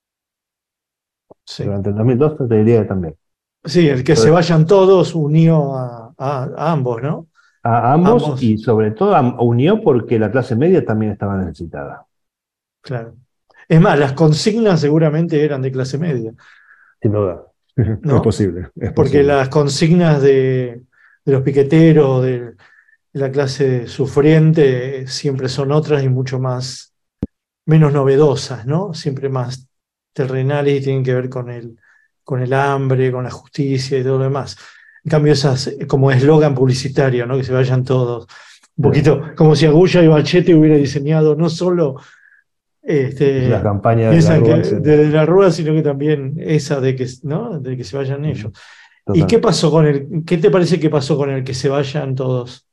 Sí. Durante el 2002 te diría que también. Sí, el que se vayan todos unió a ambos, ¿no? A ambos y sobre todo unió porque la clase media también estaba necesitada. Claro. Es más, las consignas seguramente eran de clase media. Sin duda. ¿No? Es posible. Porque las consignas de los piqueteros, de la clase sufriente, siempre son otras y mucho menos novedosas, ¿no? Siempre más terrenales y tienen que ver con el hambre, con la justicia y todo lo demás. En cambio, esas como eslogan publicitario, ¿no? Que se vayan todos. Un poquito como si Agulla y Bachete hubiera diseñado no solo la campaña de la Rúa, sino que también esa de que, ¿no? De que se vayan ellos. Total. ¿Y qué pasó con qué te parece que pasó con el que se vayan todos?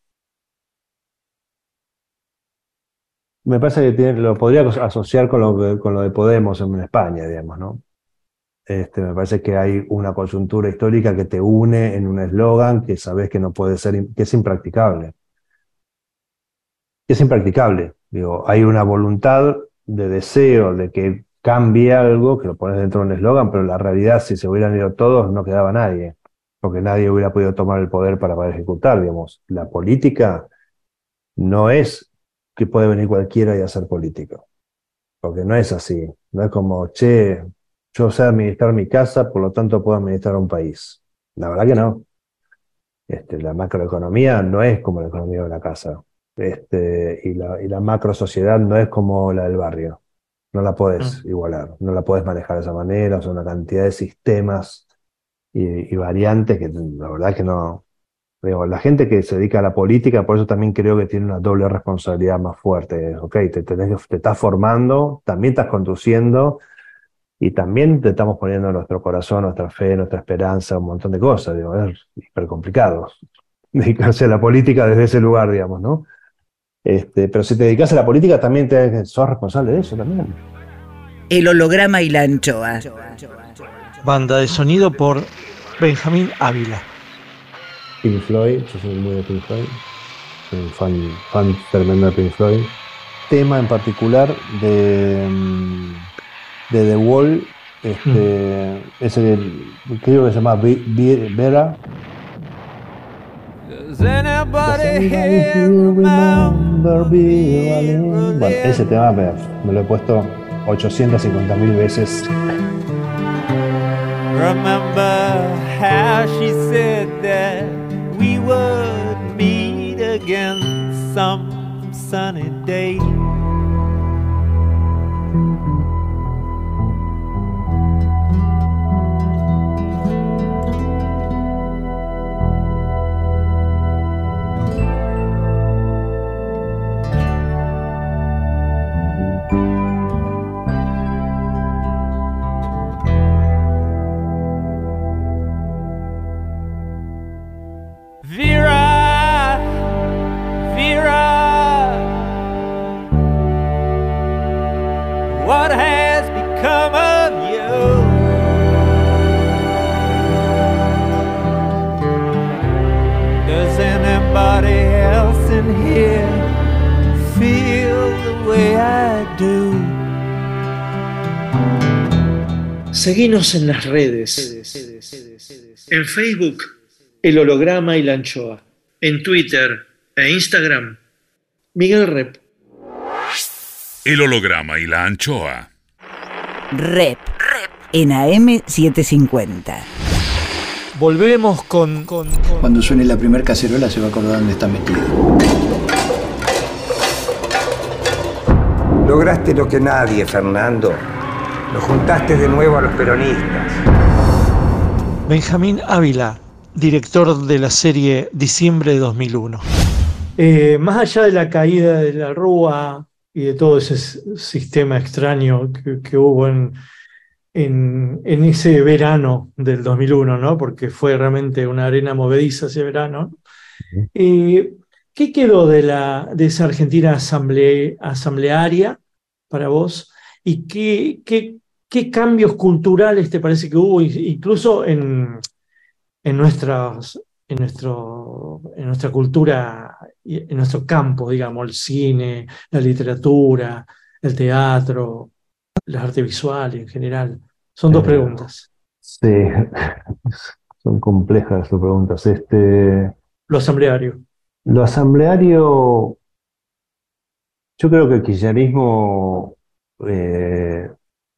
Me parece que lo podría asociar con lo de Podemos en España, digamos, ¿no? Me parece que hay una coyuntura histórica que te une en un eslogan que sabes que no puede ser, que es impracticable. Es impracticable. Digo, hay una voluntad de deseo de que cambie algo, que lo pones dentro de un eslogan, pero la realidad, si se hubieran ido todos, no quedaba nadie, porque nadie hubiera podido tomar el poder para poder ejecutar, digamos. La política no es que puede venir cualquiera y hacer política, porque no es así. No es como, che, yo sé administrar mi casa, por lo tanto puedo administrar un país. La verdad que no. La macroeconomía no es como la economía de una casa. Y la macro sociedad no es como la del barrio. No la podés igualar, no la podés manejar de esa manera. Son una cantidad de sistemas y variantes que la verdad que no. Digo, la gente que se dedica a la política, por eso también creo que tiene una doble responsabilidad más fuerte. Ok, te estás formando, también estás conduciendo y también te estamos poniendo nuestro corazón, nuestra fe, nuestra esperanza, un montón de cosas. Digo, es hiper complicado dedicarse a la política desde ese lugar, digamos, ¿no? Pero si te dedicas a la política, también sos responsable de eso también. El holograma y la anchoa. Banda de sonido por Benjamín Ávila. Pink Floyd, yo soy muy de Pink Floyd, soy un fan tremendo de Pink Floyd. Tema en particular de The Wall, ese creo que se llama Vera. Bueno, ese tema me lo he puesto 850.000 veces. Remember how she said that we would meet again some sunny day. Vera, Seguinos en las redes. En Facebook, El Holograma y la Anchoa. En Twitter e Instagram, Miguel Rep. El Holograma y la Anchoa. Rep. En AM750. Volvemos con... Cuando suene la primer cacerola se va a acordar dónde está metido. Lograste lo que nadie, Fernando. Lo juntaste de nuevo a los peronistas. Benjamín Ávila, director de la serie Diciembre de 2001. Más allá de la caída de la Rúa y de todo ese sistema extraño que hubo en ese verano del 2001, ¿no? Porque fue realmente una arena movediza ese verano. ¿Qué quedó de esa Argentina asamblearia para vos? ¿Y qué cambios culturales te parece que hubo, incluso en nuestra cultura, en nuestro campo, digamos, el cine, la literatura, el teatro, las artes visuales en general? Son dos preguntas. Sí, son complejas las preguntas. Lo asambleario. Lo asambleario, yo creo que el kirchnerismo, de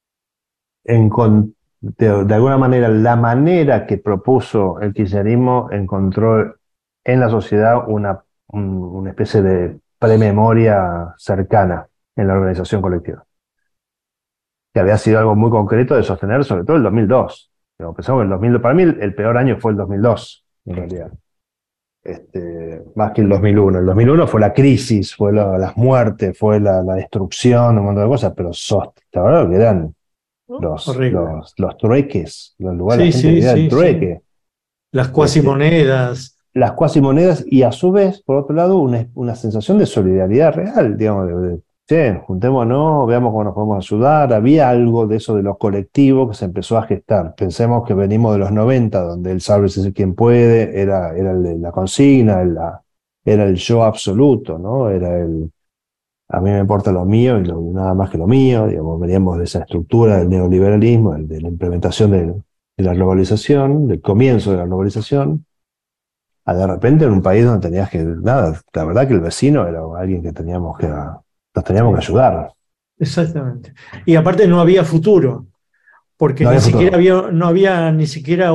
alguna manera, la manera que propuso el kirchnerismo encontró en la sociedad una especie de prememoria cercana en la organización colectiva, que había sido algo muy concreto de sostener, sobre todo el 2002. Pensamos que para mí el peor año fue el 2002, en realidad. Más que el 2001. El 2001 fue la crisis, fue las muertes, fue la destrucción, un montón de cosas, pero la verdad que eran los trueques, los lugares, la gente vivía del trueque. Sí. Las cuasimonedas. Las cuasimonedas, y a su vez, por otro lado, una sensación de solidaridad real, digamos, juntémonos, veamos cómo nos podemos ayudar. Había algo de eso de los colectivos que se empezó a gestar. Pensemos que venimos de los 90, donde el sálvese quien puede, era la consigna, era el yo absoluto, ¿no? Era a mí me importa lo mío y nada más que lo mío. Digamos, veníamos de esa estructura del neoliberalismo, de la implementación de la globalización, del comienzo de la globalización, a de repente en un país donde tenías que, la verdad que el vecino era alguien que nos teníamos que ayudar. Exactamente. Y aparte no había futuro, porque no había ni siquiera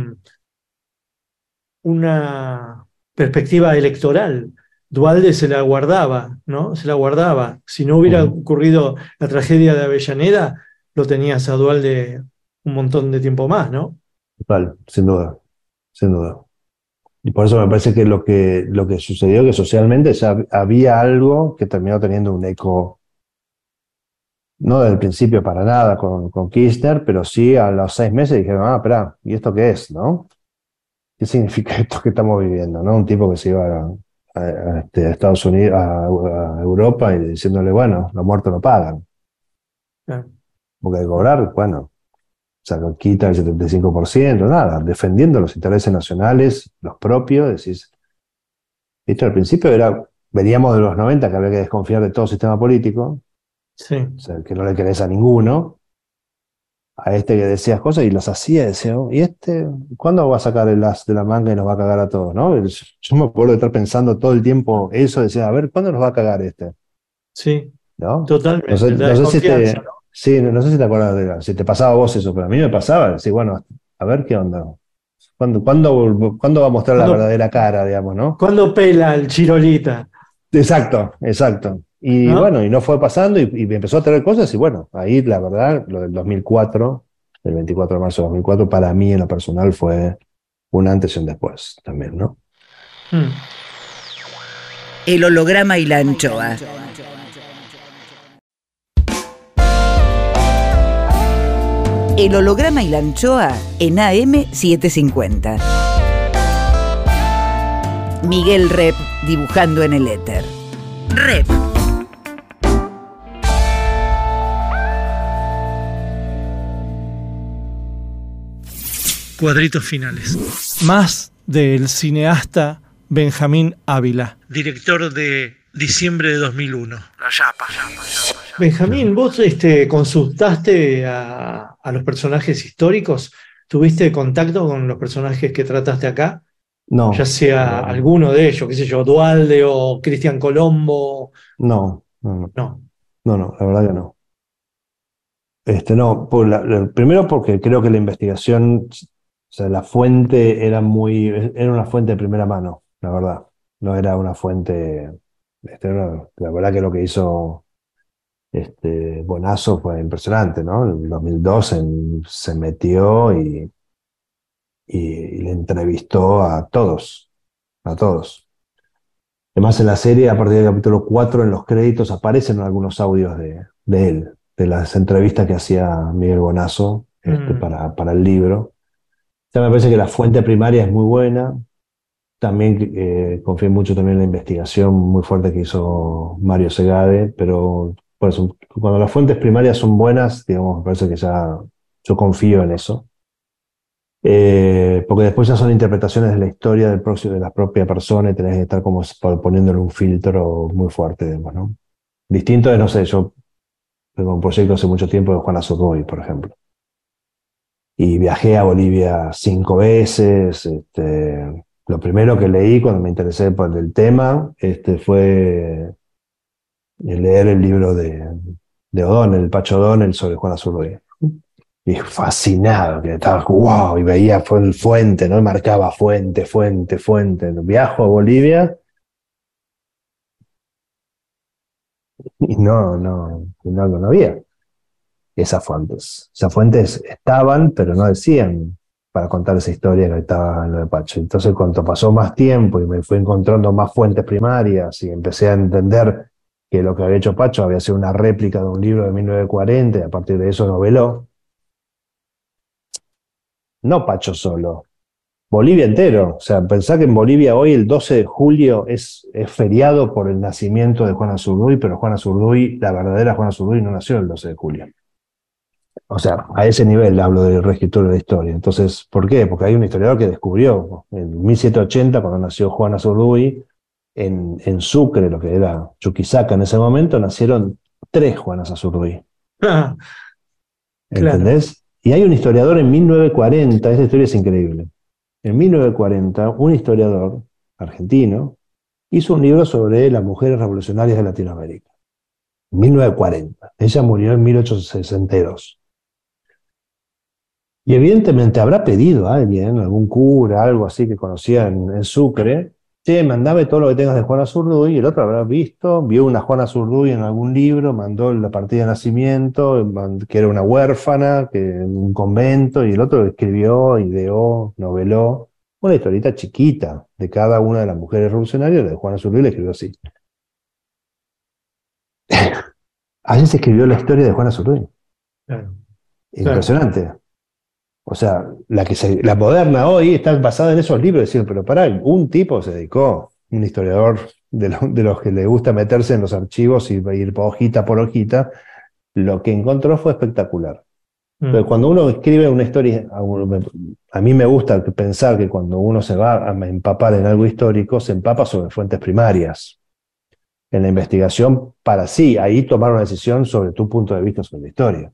una perspectiva electoral. Duhalde se la guardaba, ¿no? Se la guardaba. Si no hubiera ocurrido la tragedia de Avellaneda, lo tenías a Duhalde un montón de tiempo más, ¿no? Total, sin duda. Y por eso me parece que lo que sucedió, que socialmente ya había algo que terminó teniendo un eco, no desde el principio para nada con Kirchner, pero sí a los 6 meses dijeron, espera, ¿y esto qué es, no? ¿Qué significa esto que estamos viviendo, no? Un tipo que se iba a Estados Unidos, a Europa, y diciéndole, bueno, los muertos no pagan. Porque hay que cobrar, bueno, o sea, quita el 75%, nada, defendiendo los intereses nacionales, los propios, decís. Esto al principio veníamos de los 90, que había que desconfiar de todo sistema político, o sea, que no le querés a ninguno, a que decías cosas y las hacía, decía, ¿y cuándo va a sacar el as de la manga y nos va a cagar a todos, no? Yo me acuerdo de estar pensando todo el tiempo eso, decía, a ver, ¿cuándo nos va a cagar este? Sí, ¿no? Totalmente. No sé si te acuerdas si te pasaba a vos eso, pero a mí me pasaba, decir, bueno, a ver qué onda. ¿Cuándo va a mostrar la verdadera cara, digamos, no? ¿Cuándo pela el Chirolita? Exacto. Y ¿no? Bueno, y no fue pasando y empezó a traer cosas, y bueno, ahí la verdad, lo del 2004, el 24 de marzo de 2004, para mí en lo personal fue un antes y un después también, ¿no? El holograma y la anchoa. El holograma y la anchoa en AM750. Miguel Rep dibujando en el éter. Rep. Cuadritos finales. Más del cineasta Benjamín Ávila, director de Diciembre de 2001. La chapa. Benjamín, vos consultaste a a los personajes históricos? ¿Tuviste contacto con los personajes que trataste acá? No. Ya sea alguno de ellos, qué sé yo, Duhalde o Cristian Colombo. No, la verdad que no. No, primero porque creo que la investigación, o sea, la fuente era una fuente de primera mano, la verdad. No era una fuente, la verdad que lo que hizo Bonazo fue impresionante, ¿no? En el 2002 se metió y le entrevistó a todos. Además, en la serie, a partir del capítulo 4, en los créditos aparecen algunos audios de él, de las entrevistas que hacía Miguel Bonazo para el libro. Ya me parece que la fuente primaria es muy buena. También confío mucho también en la investigación muy fuerte que hizo Mario Segade, pero por eso, cuando las fuentes primarias son buenas, digamos, me parece que ya yo confío en eso. Porque después ya son interpretaciones de la historia de la propia persona y tenés que estar como poniéndole un filtro muy fuerte, digamos, ¿no? Distinto de, no sé, yo tengo un proyecto hace mucho tiempo de Juan Azurduy, por ejemplo. Y viajé a Bolivia 5 veces. Lo primero que leí cuando me interesé por el tema fue leer el libro de O'Donnell, el Pacho O'Donnell, sobre Juan Azurduy. Y fascinado, que estaba, wow, y veía el fuente, ¿no? Y marcaba fuente. Viajo a Bolivia y no había esas fuentes. Esas fuentes estaban, pero no decían para contar esa historia que estaba en lo de Pacho. Entonces, cuando pasó más tiempo y me fui encontrando más fuentes primarias y empecé a entender que lo que había hecho Pacho había sido una réplica de un libro de 1940 y a partir de eso noveló. No Pacho solo, Bolivia entero. O sea, pensá que en Bolivia hoy el 12 de julio es feriado por el nacimiento de Juan Azurduy, pero Juan Azurduy, la verdadera Juan Azurduy, no nació el 12 de julio. O sea, a ese nivel hablo del reescritura de la historia. Entonces, ¿por qué? Porque hay un historiador que descubrió en 1780, cuando nació Juan Azurduy, en Sucre, lo que era Chuquisaca en ese momento, nacieron 3 Juanas Azurduy. ¿Entendés? Claro. Y hay un historiador en 1940, esta historia es increíble. En 1940, un historiador argentino hizo un libro sobre las mujeres revolucionarias de Latinoamérica. En 1940. Ella murió en 1862. Y evidentemente habrá pedido a alguien, algún cura, algo así que conocía en Sucre, che, mandame todo lo que tengas de Juana Azurduy, y el otro habrá visto, vio una Juana Azurduy en algún libro, mandó la partida de nacimiento, que era una huérfana, que en un convento, y el otro escribió, ideó, noveló, una historieta chiquita de cada una de las mujeres revolucionarias, la de Juana Azurduy la escribió así. Ayer se escribió la historia de Juana Azurduy. Claro. Impresionante. Claro. O sea, la moderna hoy está basada en esos libros, decir, pero pará, un tipo se dedicó, un historiador de los que le gusta meterse en los archivos y ir hojita por hojita, lo que encontró fue espectacular. Pero cuando uno escribe una historia, a mí me gusta pensar que cuando uno se va a empapar en algo histórico, se empapa sobre fuentes primarias. En la investigación, para sí, ahí tomar una decisión sobre tu punto de vista sobre la historia.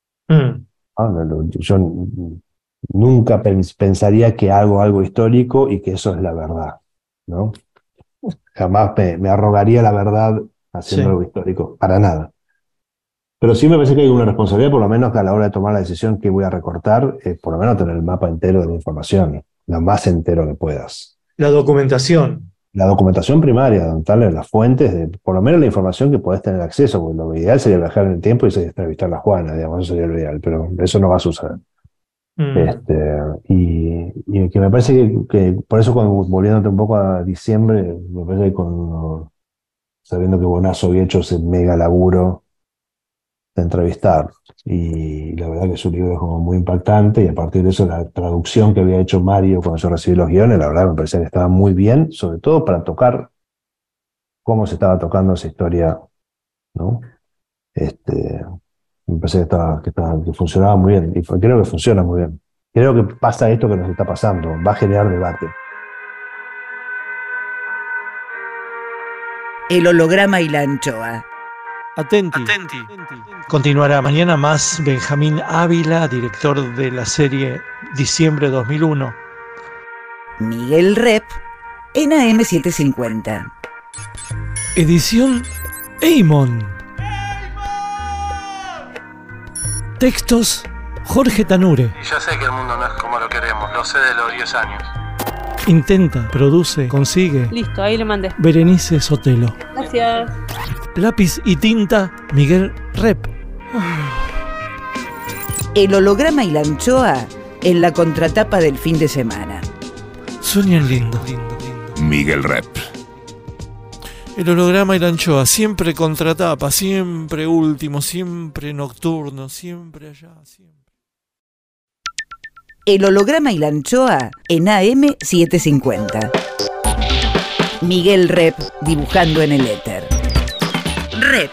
Yo nunca pensaría que hago algo histórico y que eso es la verdad, ¿no? Jamás me arrogaría la verdad haciendo algo histórico, para nada. Pero sí me parece que hay una responsabilidad, por lo menos que a la hora de tomar la decisión que voy a recortar, por lo menos tener el mapa entero de la información, lo más entero que puedas. La documentación. La documentación primaria, darle las fuentes, por lo menos la información que podés tener acceso, porque lo ideal sería viajar en el tiempo y entrevistar a la Juana, digamos, eso sería lo ideal, pero eso no va a suceder. Y que me parece que por eso, volviéndote un poco a diciembre, me parece que sabiendo que Bonazo había hecho ese mega laburo de entrevistar, y la verdad que su libro es como muy impactante, y a partir de eso la traducción que había hecho Mario cuando yo recibí los guiones, la verdad me parecía que estaba muy bien, sobre todo para tocar cómo se estaba tocando esa historia, ¿no? Me parece que funcionaba muy bien, y creo que funciona muy bien. Creo que pasa esto que nos está pasando, va a generar debate. El holograma y la anchoa. Atenti. Continuará mañana más Benjamín Ávila, director de la serie Diciembre 2001. Miguel Rep en AM750. Edición Eymon. Textos Jorge Tanure. Y ya sé que el mundo no es como lo queremos, lo sé de los 10 años. Intenta, produce, consigue. Listo, ahí le mandé. Berenice Sotelo. Gracias. Lápiz y tinta, Miguel Rep. El holograma y la anchoa en la contratapa del fin de semana. Sueñan lindo. Miguel Rep. El holograma y la anchoa, siempre contratapa, siempre último, siempre nocturno, siempre allá, siempre. El holograma y la anchoa en AM750. Miguel Rep dibujando en el éter. Rep.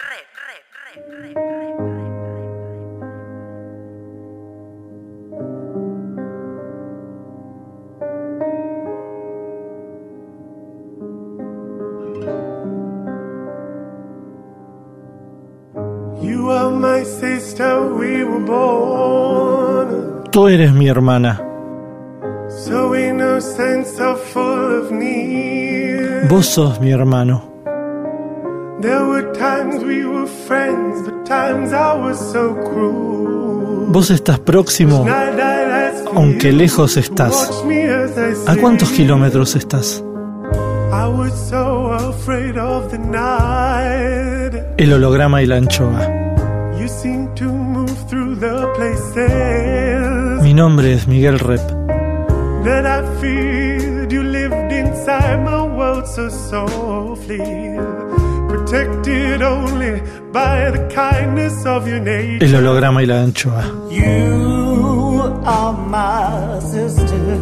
You are my sister, we were born Tú eres mi hermana. so innocent, so full of need. Vos sos mi hermano. There were times we were friends, but times I was so cruel. Vos estás próximo, aunque lejos estás. ¿A cuántos kilómetros estás? I was so afraid of the night. El holograma y la anchoa. You seem to move through the places Mi nombre es Miguel Rep. that I feared. You lived inside my world so softly, protected only by the kindness of your nature. El holograma y la anchoa. You are my sister,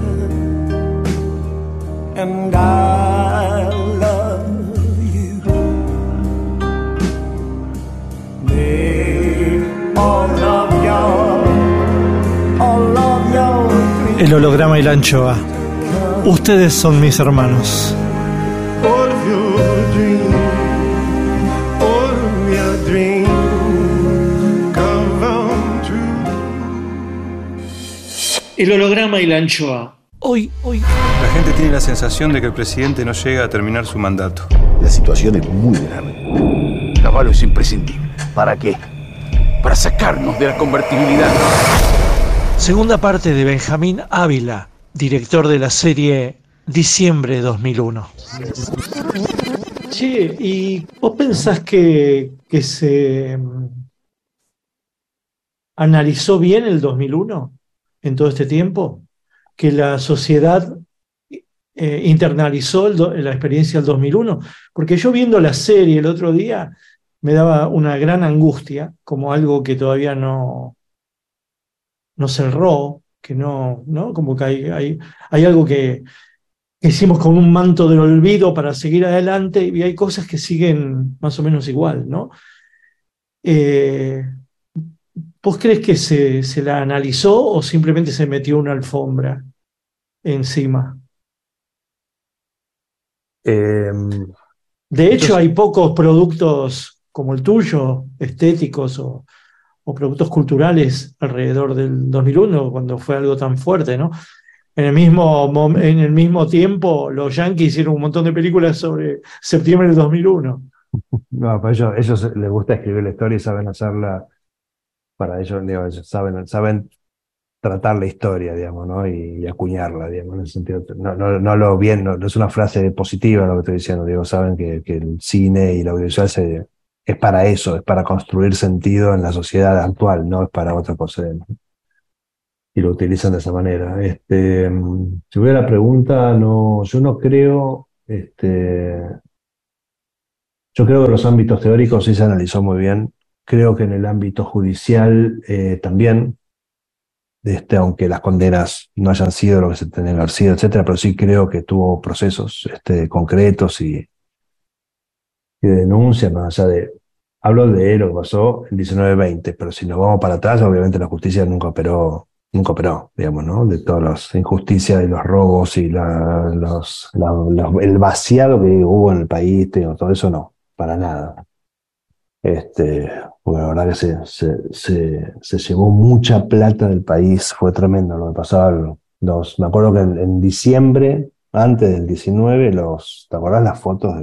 and I love you. May all of your El holograma y la anchoa. Ustedes son mis hermanos. All of your dreams, all of your dreams come true. El holograma y la anchoa. Hoy. La gente tiene la sensación de que el presidente no llega a terminar su mandato. La situación es muy grave. Caballo es imprescindible. ¿Para qué? Para sacarnos de la convertibilidad. Segunda parte de Benjamín Ávila, director de la serie Diciembre 2001. Che, ¿y vos pensás que se analizó bien el 2001 en todo este tiempo? ¿Que la sociedad internalizó la experiencia del 2001? Porque yo viendo la serie el otro día me daba una gran angustia, como algo que todavía no cerró, que no, como que hay algo que hicimos con un manto del olvido para seguir adelante, y hay cosas que siguen más o menos igual, ¿no? ¿Vos crees que se la analizó o simplemente se metió una alfombra encima? De hecho, hay pocos productos como el tuyo, estéticos o productos culturales alrededor del 2001, cuando fue algo tan fuerte, ¿no? En el mismo tiempo, los Yankees hicieron un montón de películas sobre septiembre del 2001. No, para ellos les gusta escribir la historia y saben hacerla. Para ellos, digo, ellos saben tratar la historia, digamos, ¿no? Y acuñarla, digamos, en ese sentido. No es una frase positiva lo que estoy diciendo, digo, saben que el cine y la audiovisual es para eso, es para construir sentido en la sociedad actual, no es para otra cosa, ¿no? Y lo utilizan de esa manera. Si hubiera la pregunta, yo no creo, yo creo que los ámbitos teóricos sí se analizó muy bien. Creo que en el ámbito judicial también, aunque las condenas no hayan sido lo que se tenían que haber sido, etcétera, pero sí creo que tuvo procesos concretos y de denuncia, más allá de. Hablo de lo que pasó en 19-20, pero si nos vamos para atrás, obviamente la justicia nunca operó, digamos, ¿no? De todas las injusticias y los robos y el vaciado que hubo en el país, todo eso no, para nada. Porque la verdad que se llevó mucha plata del país, fue tremendo lo que pasaba. Me acuerdo que en diciembre, antes del 19, ¿te acordás las fotos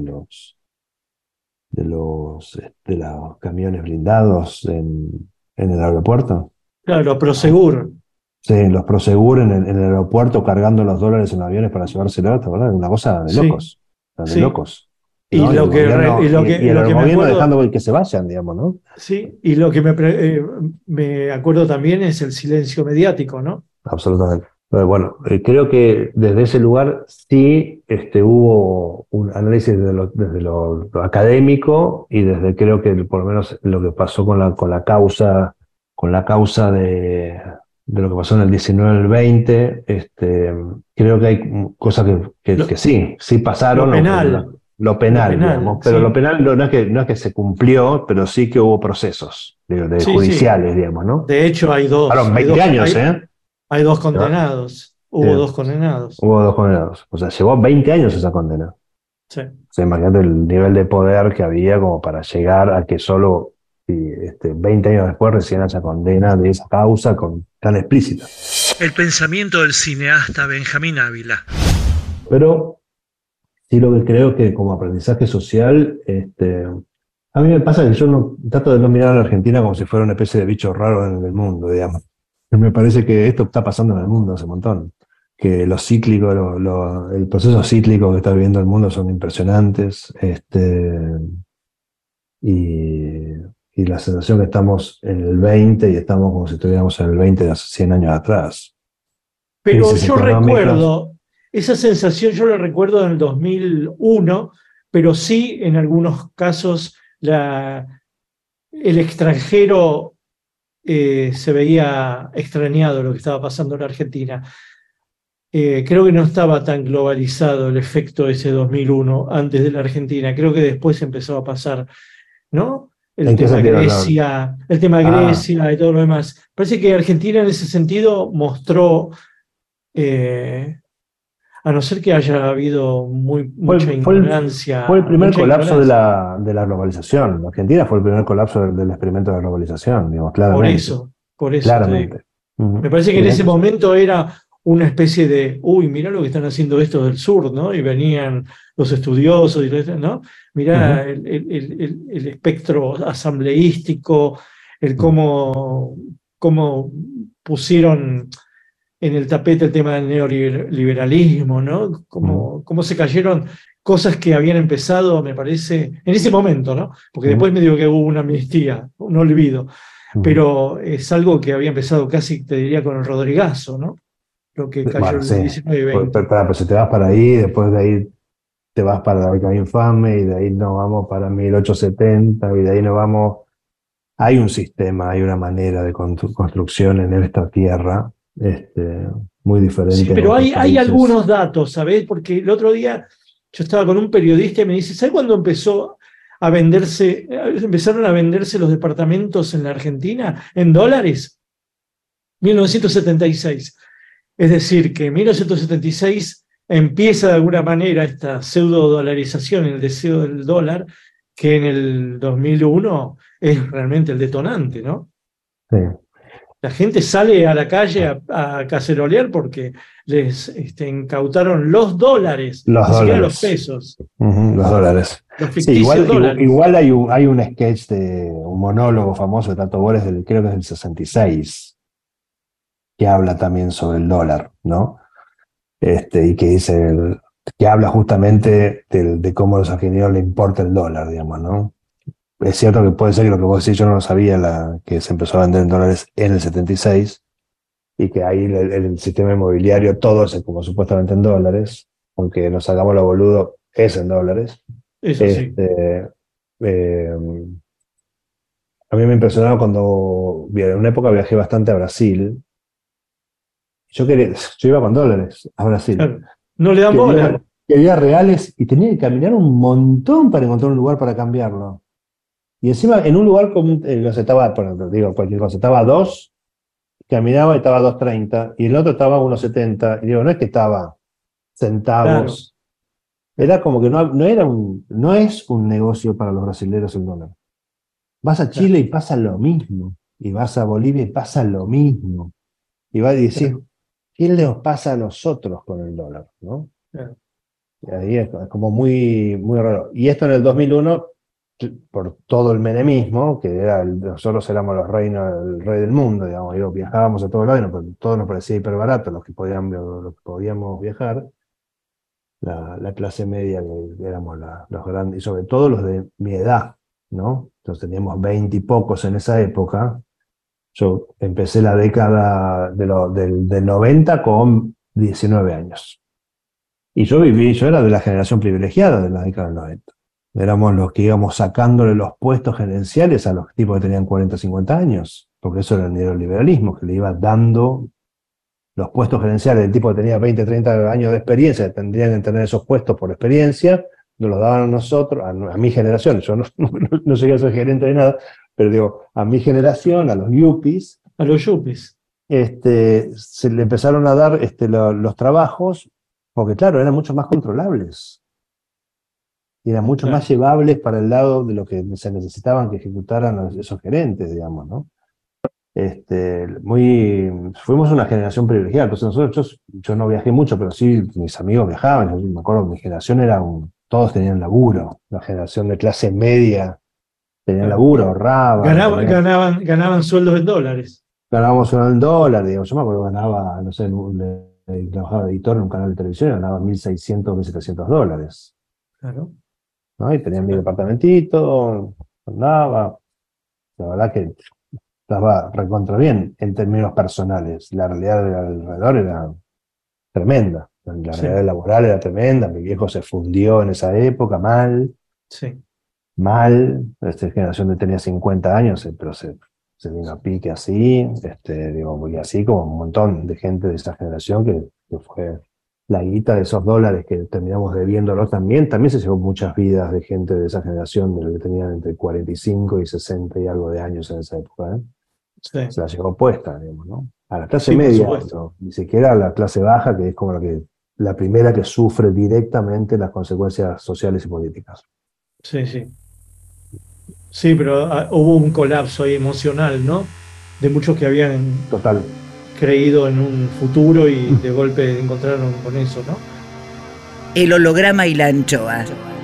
de los camiones blindados en el aeropuerto? Claro, Prosegur. Sí, los Prosegur en el aeropuerto cargando los dólares en aviones para llevárselos, ¿te acordás? Una cosa de locos, de sí. locos. Y ¿no? lo que el lo que me gobierno acuerdo, dejando que se vayan, digamos, ¿no? sí, y lo que me acuerdo también es el silencio mediático, ¿no? Absolutamente. Bueno, creo que desde ese lugar sí hubo un análisis desde lo académico y desde creo que por lo menos lo que pasó con la causa de lo que pasó en el 19 y el 20, creo que hay cosas que sí pasaron. Lo penal. Lo penal, digamos, pero sí. lo penal no es que se cumplió, pero sí que hubo procesos Sí, judiciales, digamos, ¿no? De hecho, hay dos. Pasaron 20 años, Hay dos condenados. Hubo dos condenados. Hubo dos condenados. O sea, llevó 20 años esa condena. Sí. O sea, imagínate el nivel de poder que había como para llegar a que solo 20 años después recién haya condena de esa causa tan explícita. El pensamiento del cineasta Benjamín Ávila. Pero sí, lo que creo que como aprendizaje social, a mí me pasa que yo trato de no mirar a la Argentina como si fuera una especie de bicho raro en el mundo, digamos. Me parece que esto está pasando en el mundo hace un montón. Que los cíclicos, el proceso cíclico que está viviendo el mundo son impresionantes. Y la sensación que estamos en el 20 y estamos como si estuviéramos en el 20 de hace 100 años atrás. Pero yo recuerdo, esa sensación yo la recuerdo en el 2001, pero sí en algunos casos el extranjero se veía extrañado lo que estaba pasando en la Argentina. Creo que no estaba tan globalizado el efecto de ese 2001 antes de la Argentina. Creo que después empezó a pasar, ¿no? El tema Grecia y todo lo demás. Parece que Argentina en ese sentido mostró, a no ser que haya habido mucha ignorancia. Fue el primer colapso de la globalización. Argentina fue el primer colapso del experimento de la globalización, digamos, claramente. Por eso. Claramente. Me parece que en ese momento era una especie de, mirá lo que están haciendo estos del sur, ¿no? Y venían los estudiosos, ¿no? Mirá el espectro asambleístico, el cómo pusieron en el tapete el tema del neoliberalismo, ¿no? Cómo se cayeron cosas que habían empezado, me parece, en ese momento, ¿no? Porque después me digo que hubo una amnistía, un olvido, pero es algo que había empezado casi, te diría, con el Rodrigazo, ¿no? Lo que cayó el 19 y 20. Pero si te vas para ahí, después de ahí te vas para la década infame y de ahí nos vamos para 1870 y de ahí nos vamos. Hay un sistema, hay una manera de construcción en esta tierra muy diferente. Sí, pero hay algunos datos, ¿sabés? Porque el otro día yo estaba con un periodista y me dice, ¿sabés cuándo empezaron a venderse los departamentos en la Argentina en dólares? 1976. Es decir, que en 1976 empieza de alguna manera esta pseudo-dolarización, el deseo del dólar, que en el 2001 es realmente el detonante, ¿no? Sí. La gente sale a la calle a cacerolear porque les incautaron los dólares, ni siquiera los pesos. Los dólares. Los ficticios dólares. Igual hay un sketch de un monólogo famoso de Tato Bores, creo que es del 66, que habla también sobre el dólar, ¿no? Y que dice, que habla justamente de cómo a los argentinos le importa el dólar, digamos, ¿no? Es cierto que puede ser que lo que vos decís, yo no lo sabía, que se empezó a vender en dólares en el 76, y que ahí el sistema inmobiliario todo es como supuestamente en dólares, aunque nos hagamos lo boludo, es en dólares. Eso sí. A mí me impresionaba cuando en una época viajé bastante a Brasil. Yo iba con dólares a Brasil. Claro. No le dan bola. Quería reales y tenía que caminar un montón para encontrar un lugar para cambiarlo. Y encima, en un lugar como estaba, cualquier cosa, estaba a 2, caminaba y estaba a 2.30, y el otro estaba a 1.70. Y digo, no es que estaba centavos. Claro. Era como que no es un negocio para los brasileños el dólar. Vas a Chile y pasa lo mismo. Y vas a Bolivia y pasa lo mismo. Y vas a decir, ¿qué les pasa a nosotros con el dólar? ¿No? Y ahí es como muy, muy raro. Y esto en el 2001, por todo el menemismo, que era nosotros éramos el rey del mundo, digamos, viajábamos a todos lados, pero todo nos parecía hiper barato, los que podíamos viajar. La clase media, que éramos los grandes, y sobre todo los de mi edad, ¿no? Entonces teníamos 20 y pocos en esa época. Yo empecé la década del 90 con 19 años. Y yo era de la generación privilegiada de la década del 90. Éramos los que íbamos sacándole los puestos gerenciales a los tipos que tenían 40, 50 años, porque eso era el neoliberalismo, que le iba dando los puestos gerenciales del tipo que tenía 20, 30 años de experiencia, que tendrían que tener esos puestos por experiencia, nos los daban a nosotros, a mi generación. Yo no llegué a ser gerente de nada, pero digo, a mi generación, a los yuppies. A los yuppies. Se le empezaron a dar los trabajos, porque claro, eran mucho más controlables. Y eran mucho más llevables para el lado de lo que se necesitaban que ejecutaran esos gerentes, digamos, ¿no? Fuimos una generación privilegiada. Entonces nosotros, yo no viajé mucho, pero sí mis amigos viajaban. Yo me acuerdo que mi generación todos tenían laburo. La generación de clase media tenían laburo, ahorraban. Ganaban sueldos en dólares. Ganábamos sueldo en dólar, digamos. Yo me acuerdo que ganaba, no sé, trabajaba de editor en un canal de televisión y ganaba $1.600, $1.700. Claro. ¿No? Y tenía mi departamentito, andaba. La verdad que estaba recontra bien en términos personales. La realidad de alrededor era tremenda. La realidad laboral era tremenda. Mi viejo se fundió en esa época mal. Sí. Mal. Esta generación tenía 50 años, pero se vino a pique así. Y así como un montón de gente de esa generación que fue la guita de esos dólares que terminamos debiéndolos también. También se llevó muchas vidas de gente de esa generación, de los que tenían entre 45 y 60 y algo de años en esa época, ¿eh? Sí. Se la llevó puesta, digamos, ¿no? A la clase media, no, ni siquiera a la clase baja, que es como la primera que sufre directamente las consecuencias sociales y políticas. Sí, sí. Sí, pero hubo un colapso ahí emocional, ¿no? De muchos que habían creído en un futuro y de golpe encontraron con eso, ¿no? El holograma y la anchoa.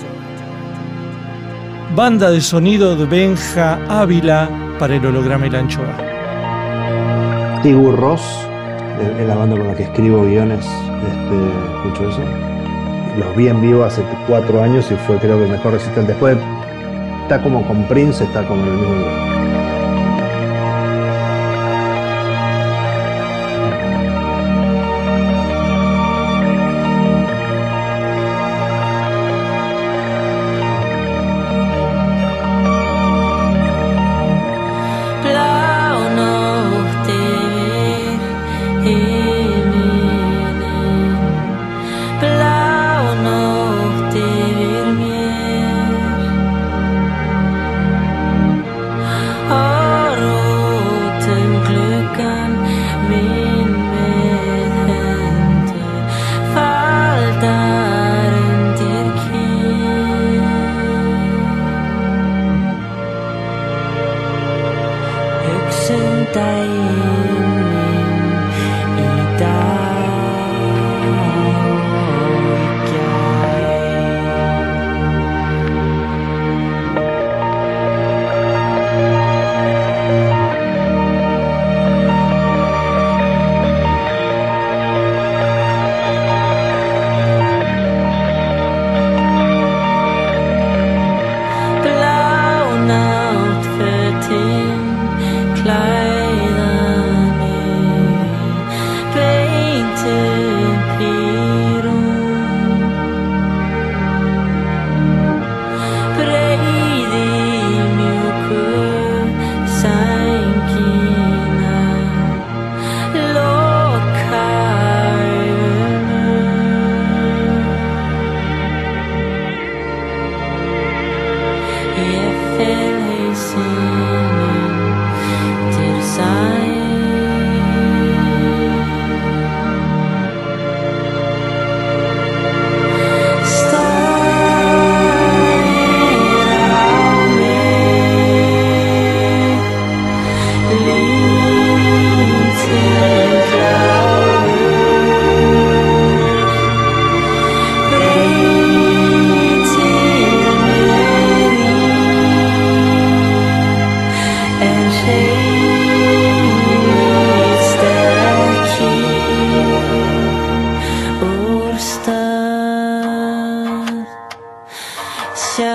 Banda de sonido de Benja Ávila para el holograma y la anchoa. Sigur Rós, es la banda con la que escribo guiones, escucho eso. Los vi en vivo hace 4 años y fue, creo que, el mejor recital. Después está como con Prince, está como en el mismo lugar.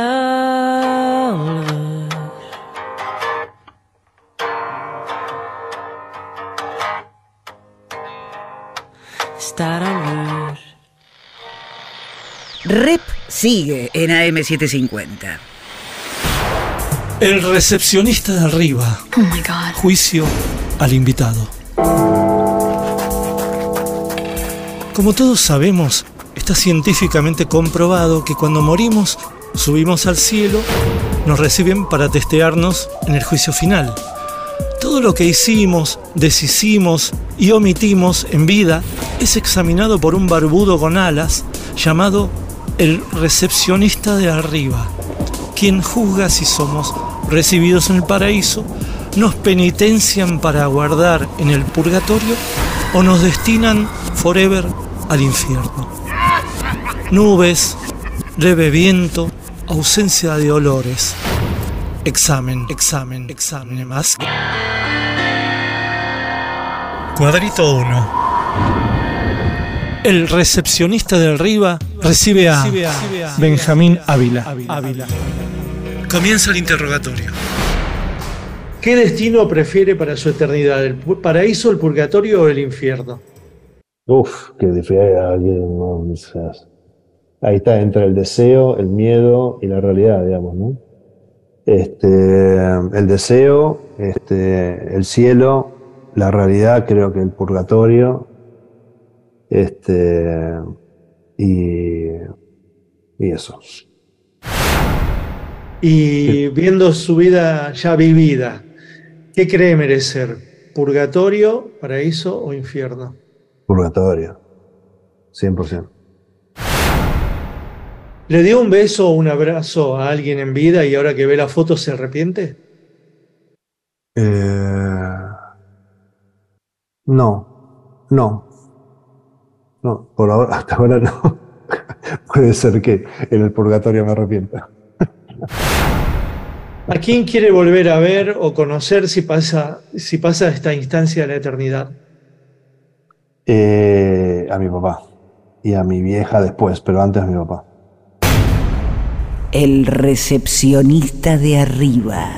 alert. Estar alert. Rep sigue en AM750. El recepcionista de arriba. Oh my God. Juicio al invitado. Como todos sabemos, está científicamente comprobado que cuando morimos, subimos al cielo, nos reciben para testearnos en el juicio final. Todo lo que hicimos, deshicimos y omitimos en vida es examinado por un barbudo con alas llamado el recepcionista de arriba, quien juzga si somos recibidos en el paraíso, nos penitencian para aguardar en el purgatorio o nos destinan forever al infierno. Nubes, leve viento, ausencia de olores. Examen más. Cuadrito 1. El recepcionista de arriba recibe a Benjamín Ávila. Comienza el interrogatorio. ¿Qué destino prefiere para su eternidad? ¿El paraíso, el purgatorio o el infierno? Uf, qué difícil. Ahí está entre el deseo, el miedo y la realidad, digamos, ¿no? El deseo, el cielo, la realidad, creo que el purgatorio, y eso. Y viendo su vida ya vivida, ¿qué cree merecer? ¿Purgatorio, paraíso o infierno? Purgatorio, 100%. ¿Le dio un beso o un abrazo a alguien en vida y ahora que ve la foto se arrepiente? No, por ahora, hasta ahora no. Puede ser que en el purgatorio me arrepienta. ¿A quién quiere volver a ver o conocer si pasa esta instancia de la eternidad? A mi papá y a mi vieja después, pero antes a mi papá. El recepcionista de arriba.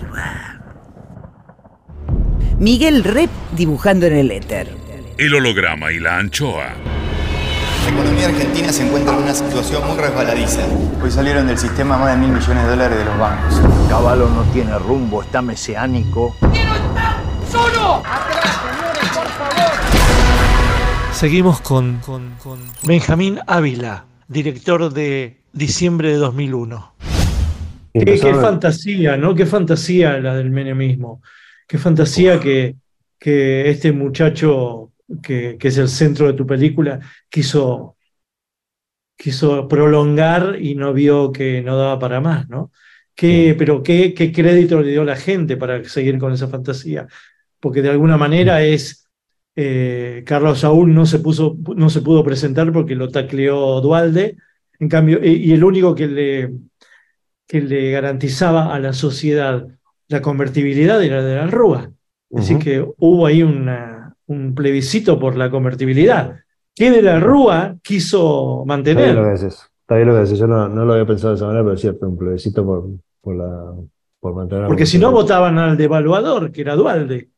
Miguel Rep dibujando en el éter. El holograma y la anchoa. La economía argentina se encuentra en una situación muy resbaladiza. Hoy salieron del sistema más de $1.000 millones de los bancos. El caballo no tiene rumbo, está mesiánico. ¡Quiero estar solo! ¡Atrás, señores, por favor! Seguimos con Benjamín Ávila, director de diciembre de 2001. Qué fantasía, ¿no? Qué fantasía la del menemismo. Qué fantasía que este muchacho, que es el centro de tu película, quiso prolongar y no vio que no daba para más, ¿no? Pero qué crédito le dio la gente para seguir con esa fantasía. Porque de alguna manera Carlos Saúl no se pudo presentar porque lo tacleó Duhalde. En cambio, y el único que le garantizaba a la sociedad la convertibilidad era de la Rúa. Así que hubo ahí un plebiscito por la convertibilidad. Que de la Rúa quiso mantener. Está bien lo que decís. Yo no lo había pensado de esa manera, pero es cierto, un plebiscito por mantener. Porque si no votaban al devaluador, que era Duhalde.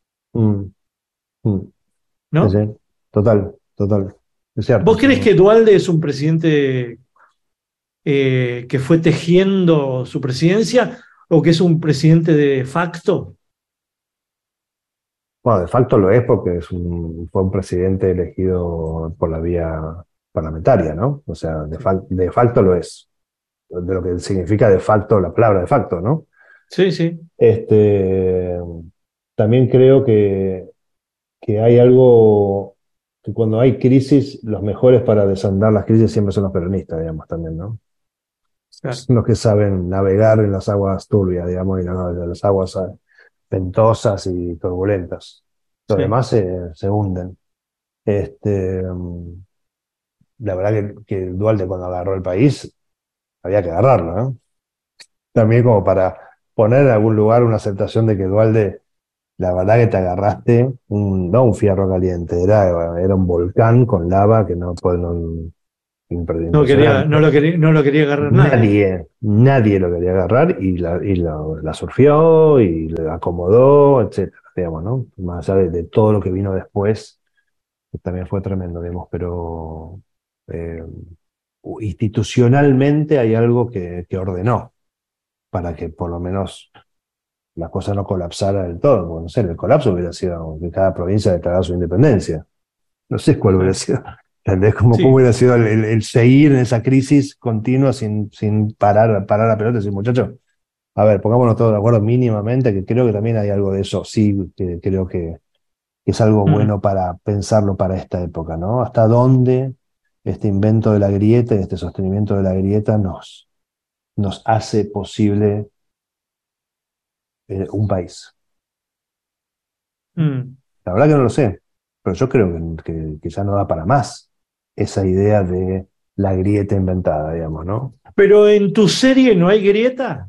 ¿No? Sí, total. Es cierto. ¿Vos crees que Duhalde es un presidente que fue tejiendo su presidencia o que es un presidente de facto? Bueno, de facto lo es porque fue un presidente elegido por la vía parlamentaria, ¿no? O sea, de facto lo es. De lo que significa de facto la palabra de facto, ¿no? Sí. También creo que hay algo que cuando hay crisis, los mejores para desandar las crisis siempre son los peronistas, digamos, también, ¿no? Claro. Son los que saben navegar en las aguas turbias, digamos, y en las aguas ventosas y turbulentas. Los demás se hunden. La verdad que Duhalde cuando agarró el país, había que agarrarlo, ¿no? También como para poner en algún lugar una aceptación de que Duhalde, la verdad que te agarraste, no un fierro caliente, era un volcán con lava que no No lo quería agarrar nadie lo quería agarrar y la surfeó y la acomodó, etcétera, digamos, ¿no? Más allá de todo lo que vino después, que también fue tremendo, digamos, pero institucionalmente hay algo que ordenó para que por lo menos la cosa no colapsara del todo. Porque, no sé, el colapso hubiera sido que cada provincia declarara su independencia. No sé cuál hubiera sido. ¿Entendés? ¿Cómo hubiera sido el seguir en esa crisis continua sin parar la pelota y decir, muchachos, a ver, pongámonos todos de acuerdo mínimamente, que creo que también hay algo de eso. Sí, que creo que es algo bueno para pensarlo para esta época, ¿no? Hasta dónde este invento de la grieta y este sostenimiento de la grieta nos hace posible un país. La verdad que no lo sé, pero yo creo que ya no da para más esa idea de la grieta inventada, digamos, ¿no? Pero en tu serie no hay grieta.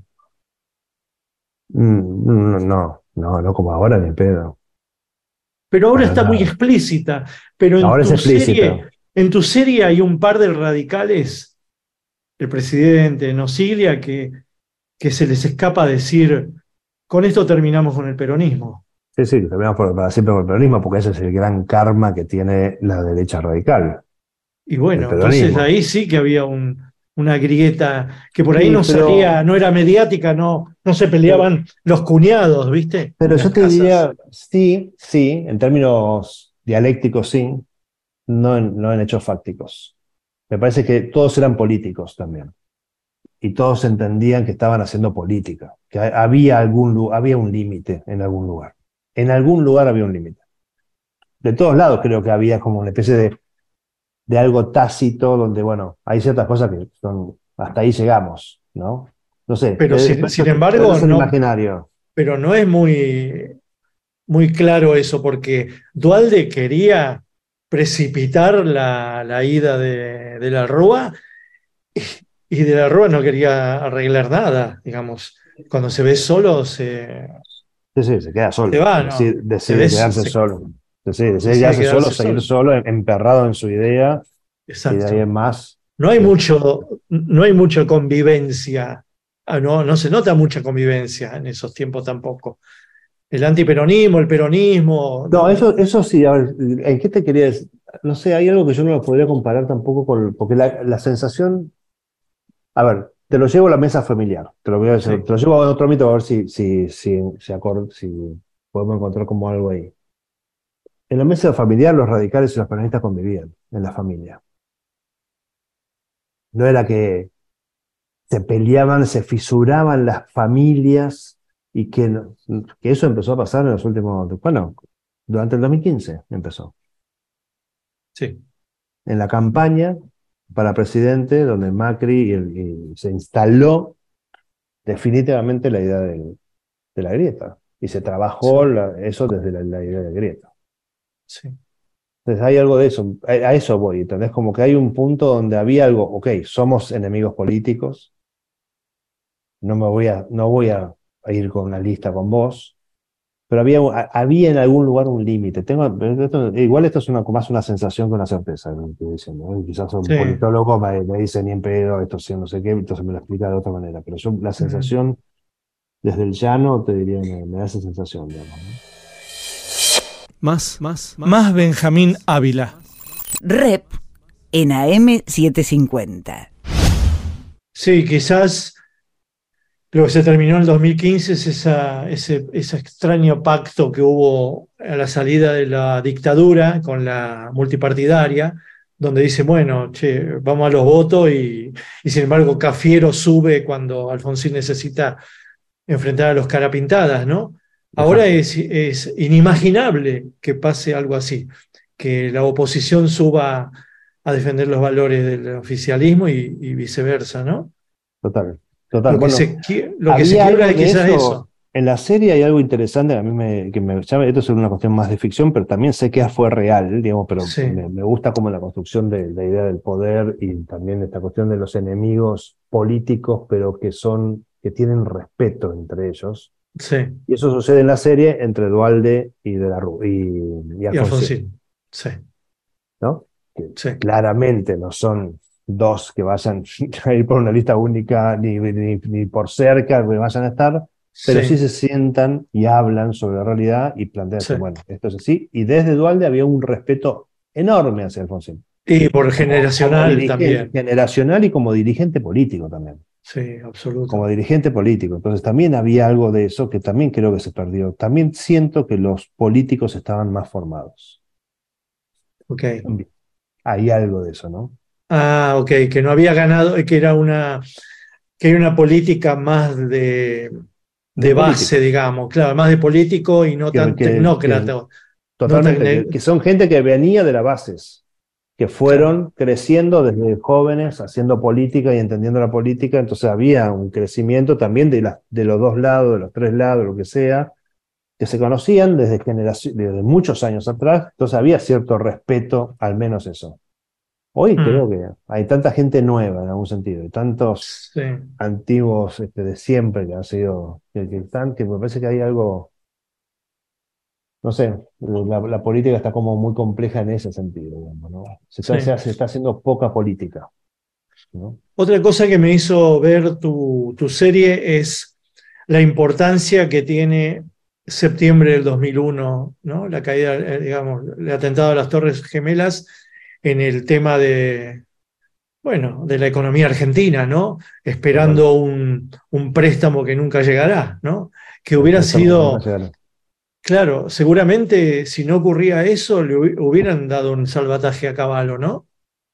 No como ahora ni pedo. Pero ahora está muy explícita. Pero en tu serie hay un par de radicales, el presidente Nosiglia, que se les escapa decir, con esto terminamos con el peronismo. Sí, terminamos para siempre con el peronismo, porque ese es el gran karma que tiene la derecha radical. Y bueno, entonces ahí sí que había una grieta que por ahí salía, no era mediática, no se peleaban los cuñados, ¿viste? Pero yo te diría, sí, en términos dialécticos sí, no en hechos fácticos. Me parece que todos eran políticos también. Y todos entendían que estaban haciendo política, que había un límite en algún lugar. En algún lugar había un límite. De todos lados creo que había como una especie de algo tácito donde, bueno, hay ciertas cosas que son, hasta ahí llegamos, ¿no? No sé. Pero sin embargo, es imaginario. Pero no es muy claro eso, porque Duhalde quería precipitar la ida de la Rúa y de la Rúa no quería arreglar nada, digamos. Cuando se ve solo, se queda solo. Se va, ¿no? Decide quedarse solo. Decide quedarse solo, seguir solo, emperrado en su idea. Exacto. Y de ahí en más. No hay mucha convivencia. No se nota mucha convivencia en esos tiempos tampoco. El antiperonismo, el peronismo. No, eso sí, a ver, ¿en qué te quería decir? No sé, hay algo que yo no lo podría comparar tampoco porque la sensación. A ver, te lo llevo a la mesa familiar. Te lo llevo a otro ámbito a ver si podemos encontrar como algo ahí. En la mesa familiar los radicales y los peronistas convivían en la familia. No era que se peleaban, se fisuraban las familias y que eso empezó a pasar en los últimos, durante el 2015 empezó. Sí. En la campaña para presidente, donde Macri se instaló definitivamente la idea de la grieta. Y se trabajó eso desde la idea de grieta. Sí. Entonces hay algo de eso, a eso voy, ¿entendés? Como que hay un punto donde había algo, ok, somos enemigos políticos, no voy a ir con una lista con vos, pero había en algún lugar un límite. Igual esto es más una sensación que una certeza, lo que estoy diciendo, ¿eh? Quizás un politólogo me dice ni en pedo, esto sí, no sé qué, entonces me lo explica de otra manera, pero yo la sensación desde el llano, te diría, me da esa sensación, digamos, ¿no? Más Benjamín Ávila. Rep en AM750. Sí, quizás lo que se terminó en el 2015 es ese extraño pacto que hubo a la salida de la dictadura con la multipartidaria, donde dice, bueno, vamos a los votos y sin embargo Cafiero sube cuando Alfonsín necesita enfrentar a los carapintadas, ¿no? Ahora es inimaginable que pase algo así, que la oposición suba a defender los valores del oficialismo y viceversa, ¿no? Total. Lo que se quiebra es quizás eso. En la serie hay algo interesante, a mí que me llama, esto es una cuestión más de ficción, pero también sé que fue real, digamos, pero me gusta como la construcción de la idea del poder y también esta cuestión de los enemigos políticos, pero que tienen respeto entre ellos. Sí. Y eso sucede en la serie entre Duhalde y Alfonsín. Sí. ¿No? Que claramente no son dos que vayan a ir por una lista única, ni por cerca que vayan a estar, pero sí se sientan y hablan sobre la realidad y plantean que, bueno, esto es así. Y desde Duhalde había un respeto enorme hacia Alfonsín. Y por generacional también. Generacional y como dirigente político también. Sí, absolutamente. Como dirigente político. Entonces también había algo de eso que también creo que se perdió. También siento que los políticos estaban más formados. Ok. Hay algo de eso, ¿no? Ah, ok, que no había ganado, que era una política más de base, político, digamos, claro, más de político y no tan tecnócrata. Totalmente, que son gente que venía de las bases, que fueron creciendo desde jóvenes, haciendo política y entendiendo la política, entonces había un crecimiento también de los dos lados, de los tres lados, lo que sea, que se conocían desde muchos años atrás, entonces había cierto respeto, al menos eso. Hoy creo que hay tanta gente nueva en algún sentido, y tantos antiguos de siempre que han sido, que me parece que hay algo, no sé, la política está como muy compleja en ese sentido, digamos, ¿no? Se está haciendo poca política, ¿no? Otra cosa que me hizo ver tu serie es la importancia que tiene septiembre del 2001, ¿no? La caída, digamos, el atentado a las Torres Gemelas en el tema de la economía argentina, ¿no? Esperando un préstamo que nunca llegará, ¿no? Que hubiera sido... Claro, seguramente si no ocurría eso, le hubieran dado un salvataje a Cavallo, ¿no?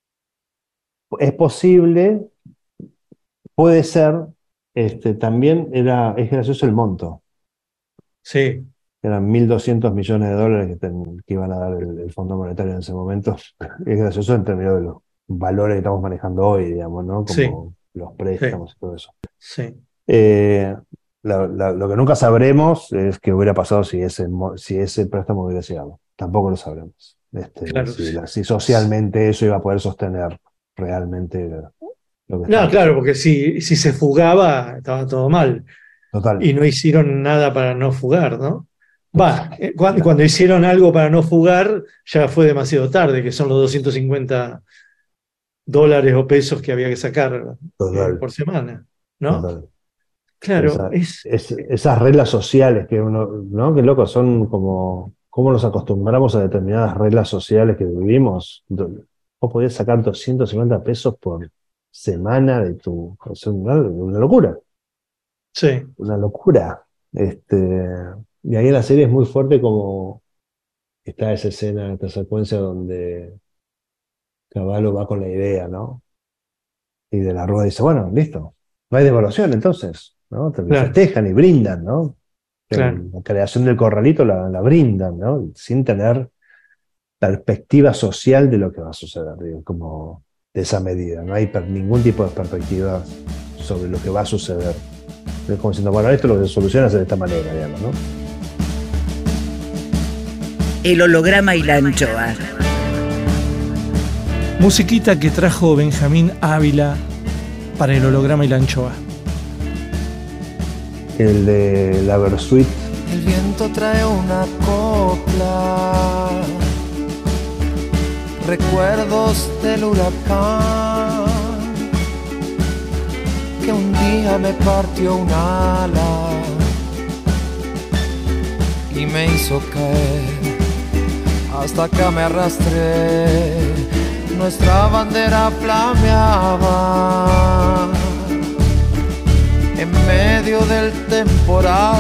Es posible, puede ser, también es gracioso el monto. Sí. Eran 1.200 millones de dólares que iban a dar el Fondo Monetario en ese momento. Es gracioso en términos de los valores que estamos manejando hoy, digamos, ¿no? Como los préstamos y todo eso. Sí. Lo que nunca sabremos es qué hubiera pasado si ese préstamo hubiera llegado. Tampoco lo sabremos. Claro, si socialmente eso iba a poder sostener realmente lo que no, claro, porque si se fugaba, estaba todo mal. Total. Y no hicieron nada para no fugar, ¿no? Cuando hicieron algo para no fugar, ya fue demasiado tarde, que son los $250 o pesos que había que sacar por semana, ¿no? Total. Claro, esas reglas sociales que uno, ¿no? Que loco, son como cómo nos acostumbramos a determinadas reglas sociales que vivimos. Vos podías sacar 250 pesos por semana de tu... una locura. Sí. Una locura. Y ahí en la serie es muy fuerte como está esa escena, esta secuencia donde Cavallo va con la idea, ¿no? Y de la Rúa dice, bueno, listo, no hay devaluación entonces, ¿no? Te festejan y brindan, ¿no? Claro. La creación del corralito la brindan, ¿no? Sin tener perspectiva social de lo que va a suceder, digo, como de esa medida. No hay ningún tipo de perspectiva sobre lo que va a suceder. Es como diciendo, bueno, esto lo que se soluciona de esta manera, digamos, ¿no? El holograma y la anchoa. Musiquita que trajo Benjamín Ávila para el holograma y la anchoa. El de la Versuit. El viento trae una copla, recuerdos del huracán, que un día me partió un ala y me hizo caer hasta que me arrastré. Nuestra bandera flameaba en medio del temporal.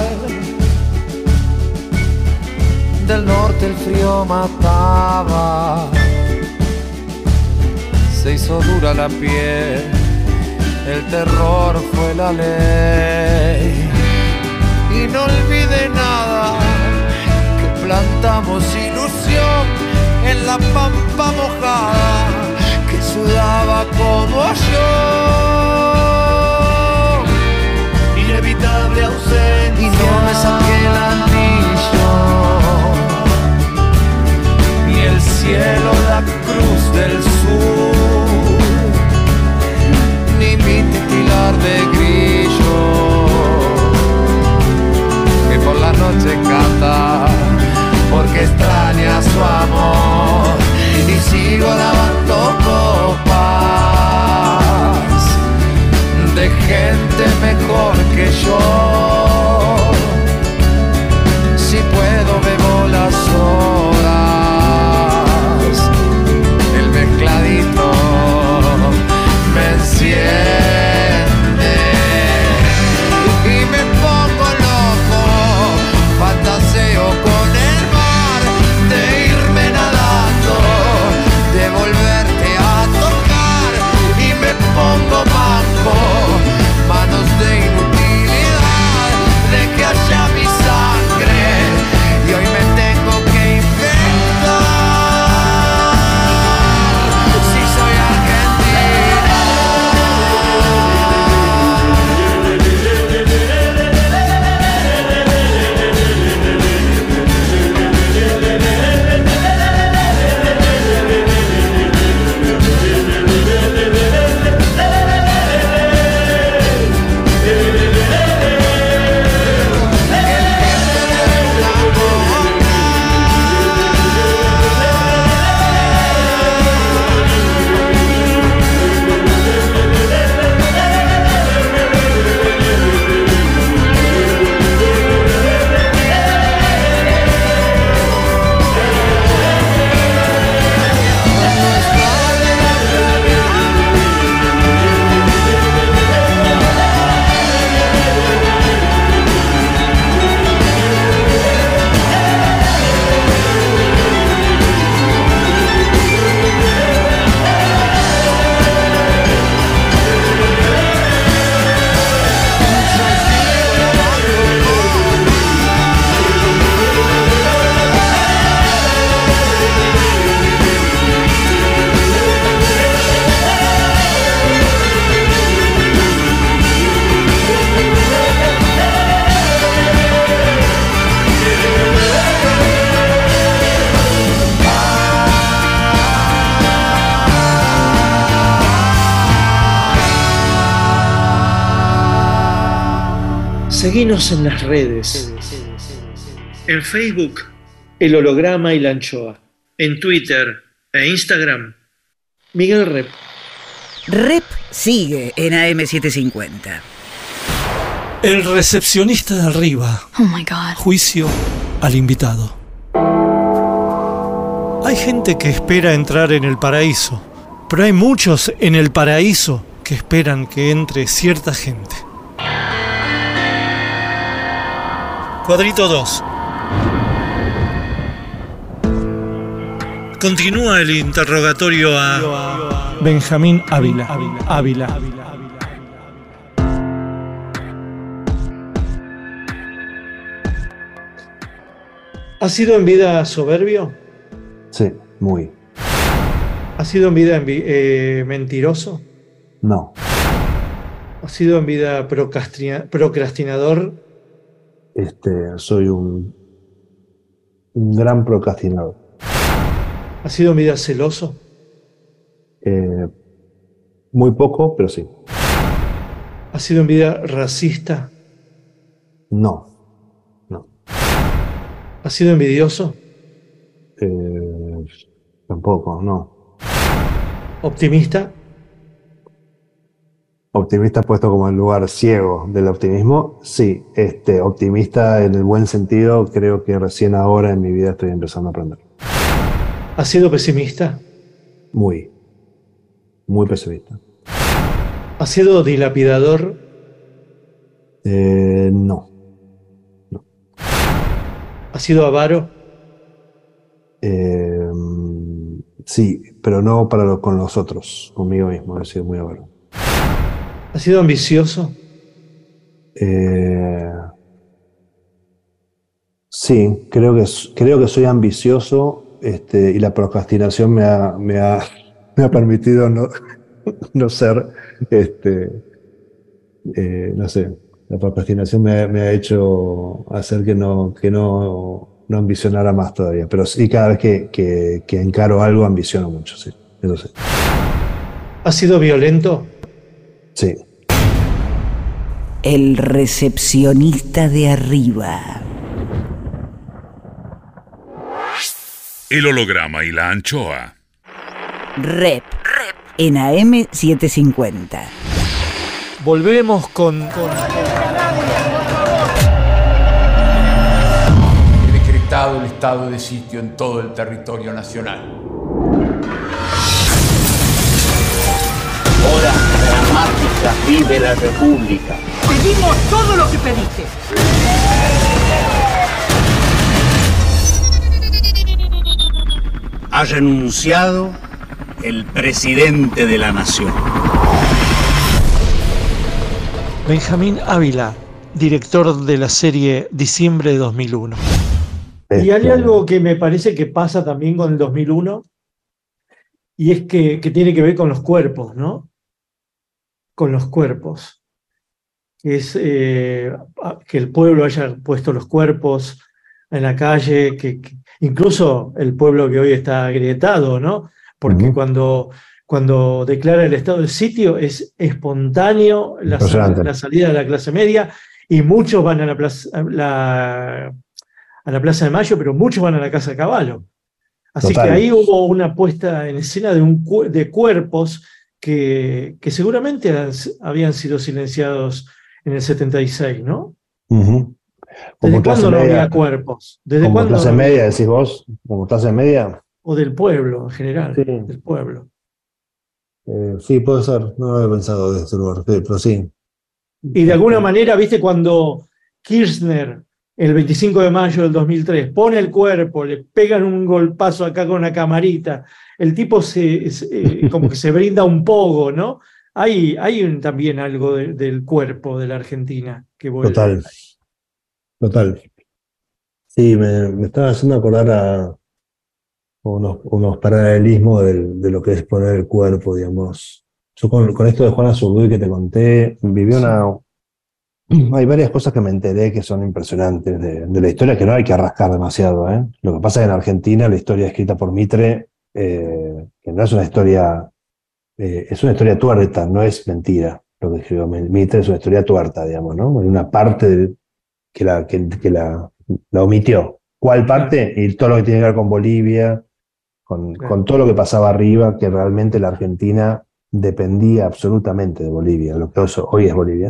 Del norte el frío mataba, se hizo dura la piel, el terror fue la ley. Y no olvide nada, que plantamos ilusión en la pampa mojada, que sudaba como yo. Inevitable ausencia. Y no me saqué el anillo, ni el cielo, la cruz del sur, ni mi titilar de grillo, que por la noche canta porque extraña su amor, y sigo lavando copas Seguinos en las redes. En Facebook, El Holograma y la Anchoa. En Twitter e Instagram, Miguel Rep. Rep sigue en AM750. El recepcionista de arriba. Oh my God. Juicio al invitado. Hay gente que espera entrar en el paraíso, pero hay muchos en el paraíso que esperan que entre cierta gente. Cuadrito 2. Continúa el interrogatorio a Benjamín Ávila. ¿Has sido en vida soberbio? Sí, muy. ¿Has sido en vida mentiroso? No. ¿Has sido en vida procrastinador? Soy un gran procrastinador. ¿Has sido en vida celoso? Muy poco, pero sí. ¿Has sido en vida racista? No. ¿Has sido envidioso? Tampoco, no. ¿Optimista? Optimista puesto como el lugar ciego del optimismo, sí. Optimista en el buen sentido, creo que recién ahora en mi vida estoy empezando a aprender. ¿Has sido pesimista? Muy pesimista. ¿Has sido dilapidador? No. ¿Has sido avaro? Sí, pero no con los otros, conmigo mismo, he sido muy avaro. ¿Has sido ambicioso? Sí, creo que soy ambicioso, y la procrastinación me ha permitido no ser, no sé, la procrastinación me ha hecho hacer que no ambicionara más todavía, pero sí, cada vez que encaro algo ambiciono mucho, sí, eso sí. ¿Has sido violento? Sí. El recepcionista de arriba. El holograma y la anchoa. Rep en AM750. Volvemos con... He decretado el estado de sitio en todo el territorio nacional. Hora dramática, vive la República. Pedimos todo lo que pediste. Ha renunciado el presidente de la nación. Benjamín Ávila, director de la serie Diciembre de 2001. Y hay algo que me parece que pasa también con el 2001, y es que tiene que ver con los cuerpos, ¿no? Con los cuerpos. Es que el pueblo haya puesto los cuerpos en la calle, que incluso el pueblo que hoy está agrietado, ¿no? Porque cuando declara el estado de sitio es espontáneo la salida de la clase media, y muchos van a la Plaza de Mayo, pero muchos van a la Casa de Caballo. Así que ahí hubo una puesta en escena de cuerpos que seguramente habían sido silenciados en el 76, ¿no? ¿Desde cuándo no había cuerpos? ¿Desde cuándo? ¿Como clase media, decís vos? ¿Como clase media? O del pueblo en general, sí. Del pueblo. Sí, puede ser, no lo había pensado de este lugar, pero sí. Y de alguna manera, viste, cuando Kirchner, el 25 de mayo del 2003, pone el cuerpo, le pegan un golpazo acá con una camarita, el tipo como que se brinda un poco, ¿no? Hay también algo del cuerpo de la Argentina que vuelve. Total. Sí, me estaba haciendo acordar a unos paralelismos de lo que es poner el cuerpo, digamos. Yo con esto de Juana Zurduy que te conté, hay varias cosas que me enteré que son impresionantes de la historia, que no hay que rascar demasiado, ¿eh? Lo que pasa es que en Argentina la historia escrita por Mitre, que no es una historia, es una historia tuerta, no es mentira. lo que escribió Mitre es una historia tuerta, digamos, ¿no? Hay una parte que la omitió. ¿Cuál parte? Y todo lo que tiene que ver con Bolivia, con todo lo que pasaba arriba, que realmente la Argentina dependía absolutamente de Bolivia, lo que hoy es Bolivia.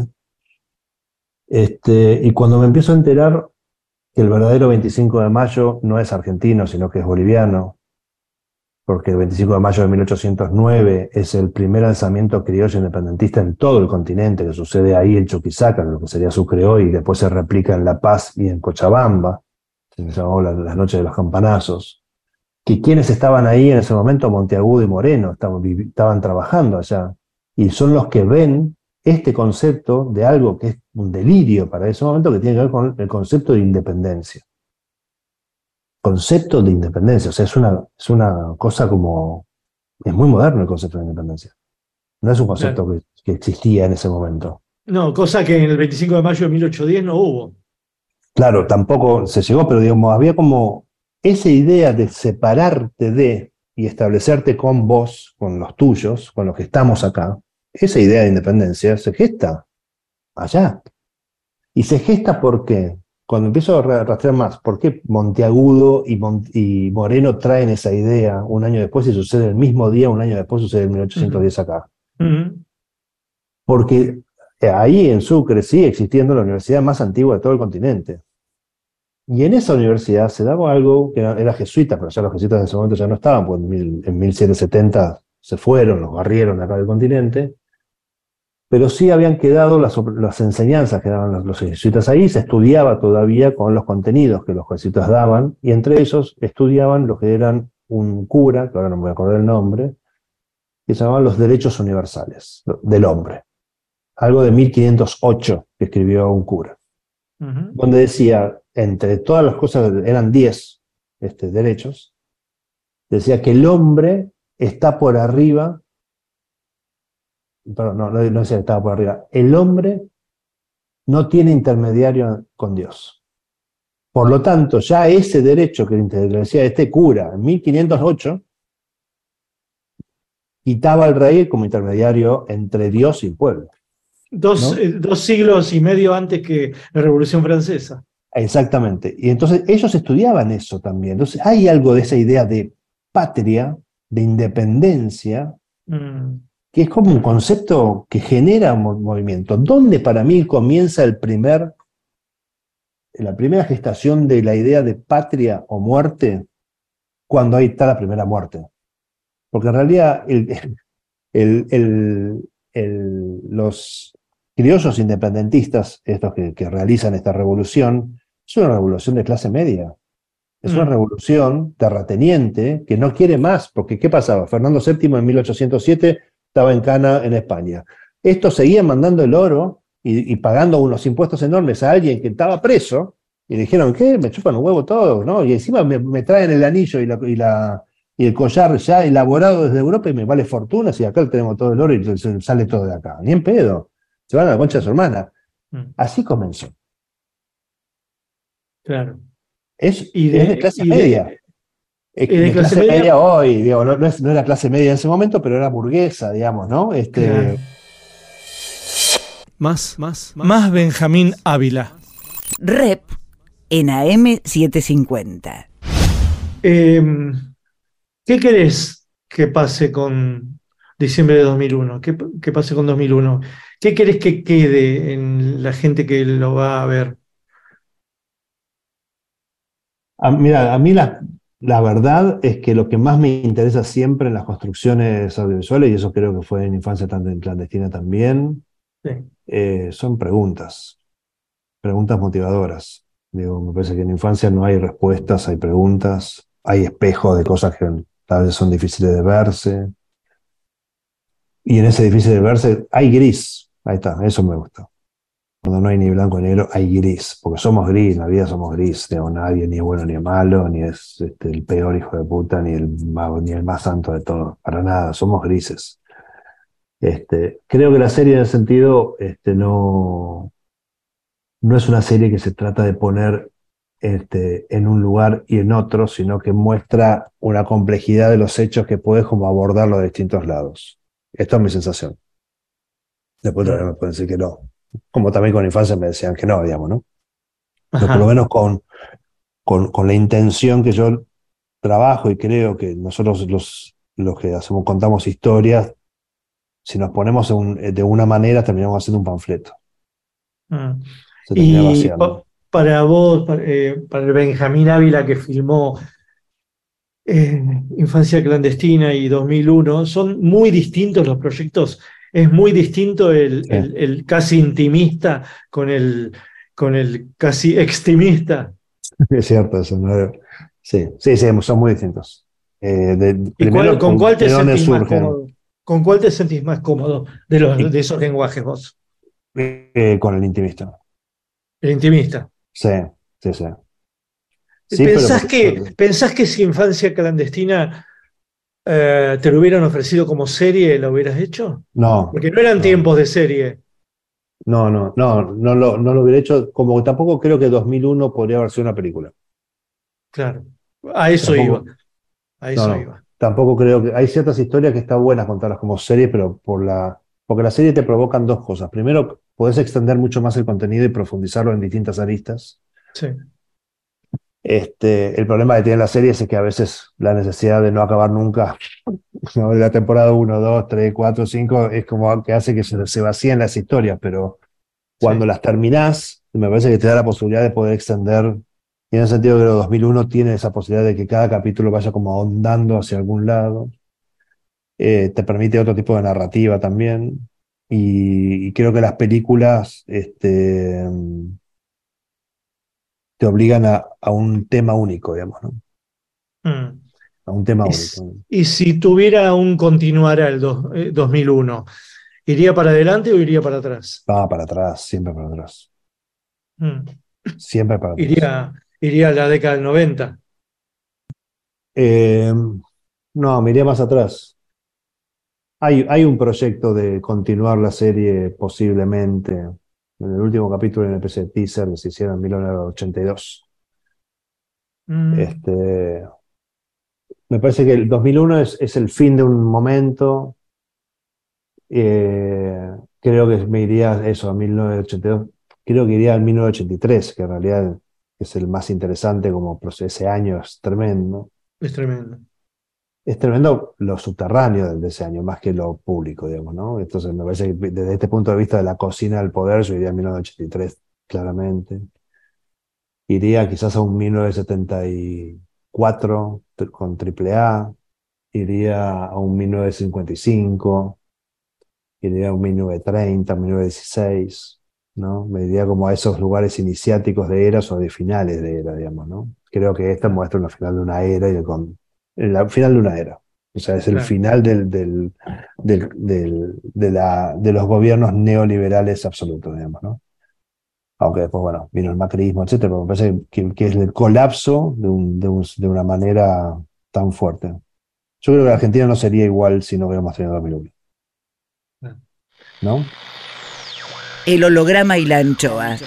Y cuando me empiezo a enterar que el verdadero 25 de mayo no es argentino, sino que es boliviano, porque el 25 de mayo de 1809 es el primer alzamiento criollo independentista en todo el continente, que sucede ahí en Chuquisaca, en lo que sería Sucre hoy, y después se replica en La Paz y en Cochabamba, se llamó las noches de los campanazos. Que quienes estaban ahí en ese momento, Monteagudo y Moreno, estaban trabajando allá, y son los que ven este concepto de algo que es un delirio para ese momento, que tiene que ver con el concepto de independencia. Concepto de independencia, o sea, es una cosa como... Es muy moderno el concepto de independencia. No es un concepto que existía en ese momento. No, cosa que en el 25 de mayo de 1810 no hubo. Claro, tampoco se llegó, pero digamos, había como esa idea de separarte de y establecerte con vos, con los tuyos, con los que estamos acá. Esa idea de independencia se gesta allá. Y se gesta porque, cuando empiezo a rastrear más, ¿por qué Monteagudo y Moreno traen esa idea un año después y sucede el mismo día, un año después sucede en 1810 acá? Porque ahí en Sucre sigue existiendo la universidad más antigua de todo el continente. Y en esa universidad se daba algo que era jesuita, pero ya los jesuitas en ese momento ya no estaban, pues en 1770 se fueron, los barrieron acá del continente, pero sí habían quedado las enseñanzas que daban los jesuitas ahí, se estudiaba todavía con los contenidos que los jesuitas daban, y entre ellos estudiaban lo que eran un cura, que ahora no me voy a acordar el nombre, que se llamaban los derechos universales del hombre. Algo de 1508 que escribió un cura, donde decía, entre todas las cosas, eran 10 derechos, decía que el hombre está por arriba, perdón, no decía que estaba por arriba, el hombre no tiene intermediario con Dios. Por lo tanto, ya ese derecho que decía este cura en 1508, quitaba al rey como intermediario entre Dios y el pueblo. Dos siglos y medio antes que la Revolución Francesa. Exactamente. Y entonces ellos estudiaban eso también. Entonces hay algo de esa idea de patria, de independencia, que es como un concepto que genera un movimiento. ¿Dónde para mí comienza la primera gestación de la idea de patria o muerte? Cuando ahí está la primera muerte. Porque en realidad los criollos independentistas, estos que realizan esta revolución, es una revolución de clase media. Es una revolución terrateniente que no quiere más, porque ¿qué pasaba? Fernando VII en 1807 estaba en Cana, en España. Estos seguían mandando el oro y pagando unos impuestos enormes a alguien que estaba preso, y le dijeron, ¿qué? Me chupan un huevo todo, ¿no? Y encima me traen el anillo y el collar ya elaborado desde Europa y me vale fortunas, y acá tenemos todo el oro y sale todo de acá. Ni en pedo. Se van a la concha de su hermana. Así comenzó. Claro. Es de clase media. De clase media hoy, digo, no era clase media en ese momento, pero era burguesa, digamos, ¿no? Claro. Más Benjamín Ávila. Rep en AM750. ¿Qué querés que pase con diciembre de 2001? ¿Qué pase con 2001? ¿Qué querés que quede en la gente que lo va a ver? Mira, a mí la verdad es que lo que más me interesa siempre en las construcciones audiovisuales, y eso creo que fue en Infancia Clandestina también, son preguntas motivadoras. Digo, me parece que en Infancia no hay respuestas, hay preguntas, hay espejos de cosas que tal vez son difíciles de verse, y en ese difícil de verse hay gris. Ahí está, eso me gusta. Cuando no hay ni blanco ni negro, hay gris, porque somos gris, en la vida somos gris. Digo, nadie ni es bueno ni es malo, ni es el peor hijo de puta, ni el más santo de todos, para nada, somos grises. Creo que la serie en ese sentido no es una serie que se trata de poner en un lugar y en otro, sino que muestra una complejidad de los hechos que puedes como abordarlo de distintos lados. Esto es mi sensación. Después todavía me pueden decir que no. Como también con Infancia me decían que no, digamos, ¿no? Pero por lo menos con la intención que yo trabajo y creo que nosotros los que contamos historias, si nos ponemos de una manera, terminamos haciendo un panfleto. Se termina Y vaciando. para vos, para el Benjamín Ávila que filmó Infancia Clandestina y 2001, son muy distintos los proyectos. Es muy distinto el casi intimista con el casi extimista. Es cierto, eso. Sí, son muy distintos. ¿Y con cuál te sentís más surgen? cómodo? ¿Con cuál te sentís más cómodo de esos lenguajes vos? Con el intimista. El intimista. Sí. Sí, ¿Pensás que si Infancia Clandestina te lo hubieran ofrecido como serie, lo hubieras hecho? No. Porque no eran tiempos de serie. No lo hubiera hecho. Como tampoco creo que 2001 podría haber sido una película. Claro, a eso iba. Tampoco creo que. Hay ciertas historias que están buenas contarlas como serie, pero porque la serie te provocan dos cosas. Primero, podés extender mucho más el contenido y profundizarlo en distintas aristas. Sí. El problema que tiene la serie es que a veces la necesidad de no acabar nunca, ¿no? De la temporada 1, 2, 3, 4, 5, es como que hace que se vacíen las historias, pero cuando las terminás, me parece que te da la posibilidad de poder extender, y en el sentido que lo 2001 tiene esa posibilidad de que cada capítulo vaya como ahondando hacia algún lado. Te permite otro tipo de narrativa también, y creo que las películas te obligan a un tema único, digamos, ¿no? A un tema único. Y si tuviera un continuara el 2001, ¿iría para adelante o iría para atrás? Para atrás, siempre para atrás. Siempre para atrás. ¿Iría a la década del 90? No, me iría más atrás. Hay un proyecto de continuar la serie posiblemente. En el último capítulo, en el especie de teaser que se hicieron en 1982. Me parece que el 2001 es el fin de un momento. Creo que me iría eso a 1982. Creo que iría al 1983, que en realidad es el más interesante, como ese año es tremendo. Es tremendo. Es tremendo lo subterráneo de ese año, más que lo público, digamos, ¿no? Entonces me parece que desde este punto de vista de la cocina del poder, yo iría a 1983, claramente. Iría quizás a un 1974 con AAA. Iría a un 1955. Iría a un 1930, 1916, ¿no? Me iría como a esos lugares iniciáticos de eras o de finales de era, digamos, ¿no? Creo que esta muestra el final de una era el final de una era. O sea, es el final de los gobiernos neoliberales absolutos, digamos, ¿no? Aunque después, bueno, vino el macrismo, etcétera, pero me parece que es el colapso de una manera tan fuerte. Yo creo que la Argentina no sería igual si no hubiéramos tenido 2001. ¿No? El holograma y la anchoa.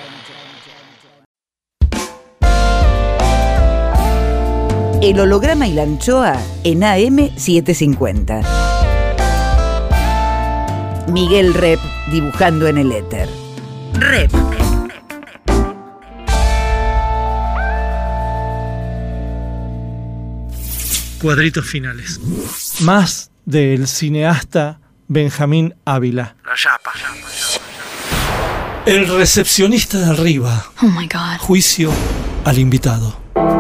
El holograma y la anchoa en AM750. Miguel Rep dibujando en el éter. Rep. Cuadritos finales. Más del cineasta Benjamín Ávila. La chapa. El recepcionista de arriba. Oh my God. Juicio al invitado.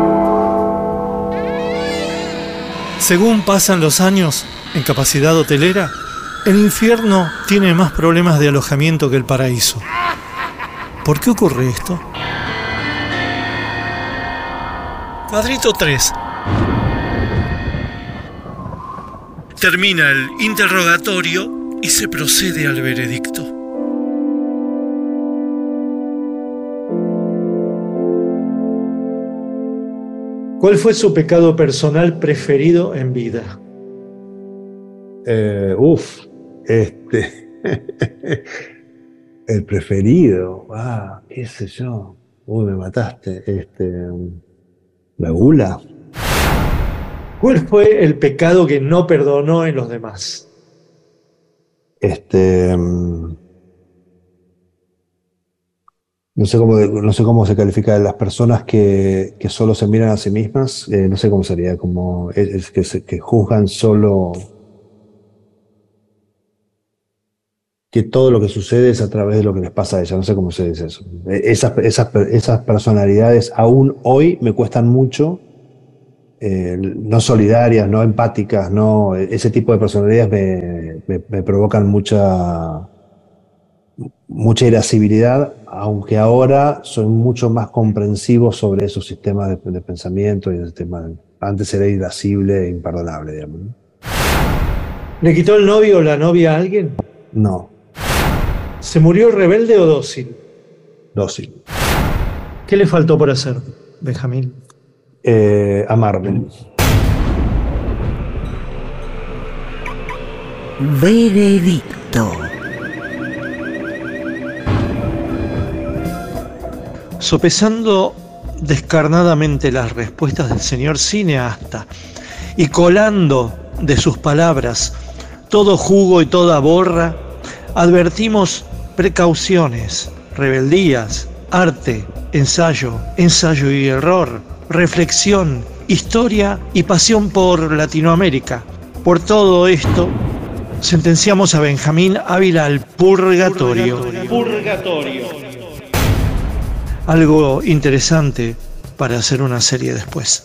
Según pasan los años en capacidad hotelera, el infierno tiene más problemas de alojamiento que el paraíso. ¿Por qué ocurre esto? Cuadrito 3. Termina el interrogatorio y se procede al veredicto. ¿Cuál fue su pecado personal preferido en vida? El preferido. Qué sé yo. Me mataste. La gula. ¿Cuál fue el pecado que no perdonó en los demás? No sé cómo se califica de las personas que solo se miran a sí mismas. No sé cómo sería, como que juzgan solo, que todo lo que sucede es a través de lo que les pasa a ellas. No sé cómo se dice eso. Esas personalidades aún hoy me cuestan mucho, no solidarias, no empáticas, no, ese tipo de personalidades me provocan mucha irascibilidad, aunque ahora soy mucho más comprensivo sobre esos sistemas de pensamiento y de sistemas. Antes era irascible e imperdonable, digamos, ¿no? ¿Le quitó el novio o la novia a alguien? No. ¿Se murió rebelde o dócil? Dócil. ¿Qué le faltó por hacer, Benjamín? Amarme. Veredicto. Sopesando descarnadamente las respuestas del señor cineasta y colando de sus palabras todo jugo y toda borra, advertimos precauciones, rebeldías, arte, ensayo y error, reflexión, historia y pasión por Latinoamérica. Por todo esto, sentenciamos a Benjamín Ávila al purgatorio. Algo interesante para hacer una serie después.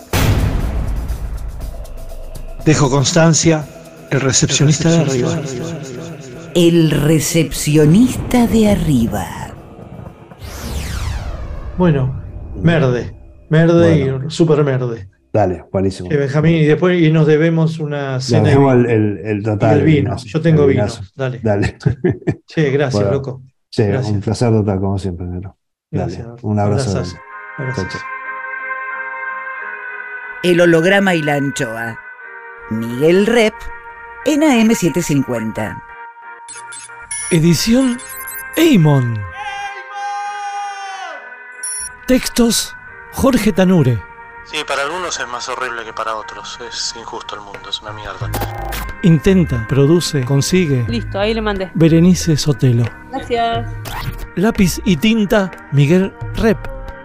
Dejo constancia, el recepcionista de arriba. El recepcionista de arriba. Bueno, merde y super merde. Dale, buenísimo. Benjamín, y después nos debemos una cena. El total. Y el vino. Yo tengo vino. Dale. Che, gracias, bueno, loco. Che, gracias. Un placer total, como siempre, Nero. Gracias. Un abrazo. Gracias. El holograma y la anchoa. Miguel Rep en AM750. Edición Eymon. Textos Jorge Tanure. Sí, para algunos es más horrible que para otros. Es injusto el mundo, es una mierda. Intenta, produce, consigue. Listo, ahí le mandé. Berenice Sotelo. Gracias. Lápiz y tinta, Miguel Rep.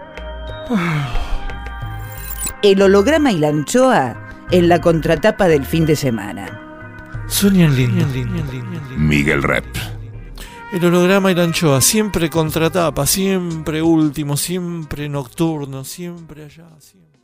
El holograma y la anchoa en la contratapa del fin de semana. Sueñan lindo. Miguel Rep. El holograma y la anchoa, siempre contratapa, siempre último, siempre nocturno, siempre allá, siempre.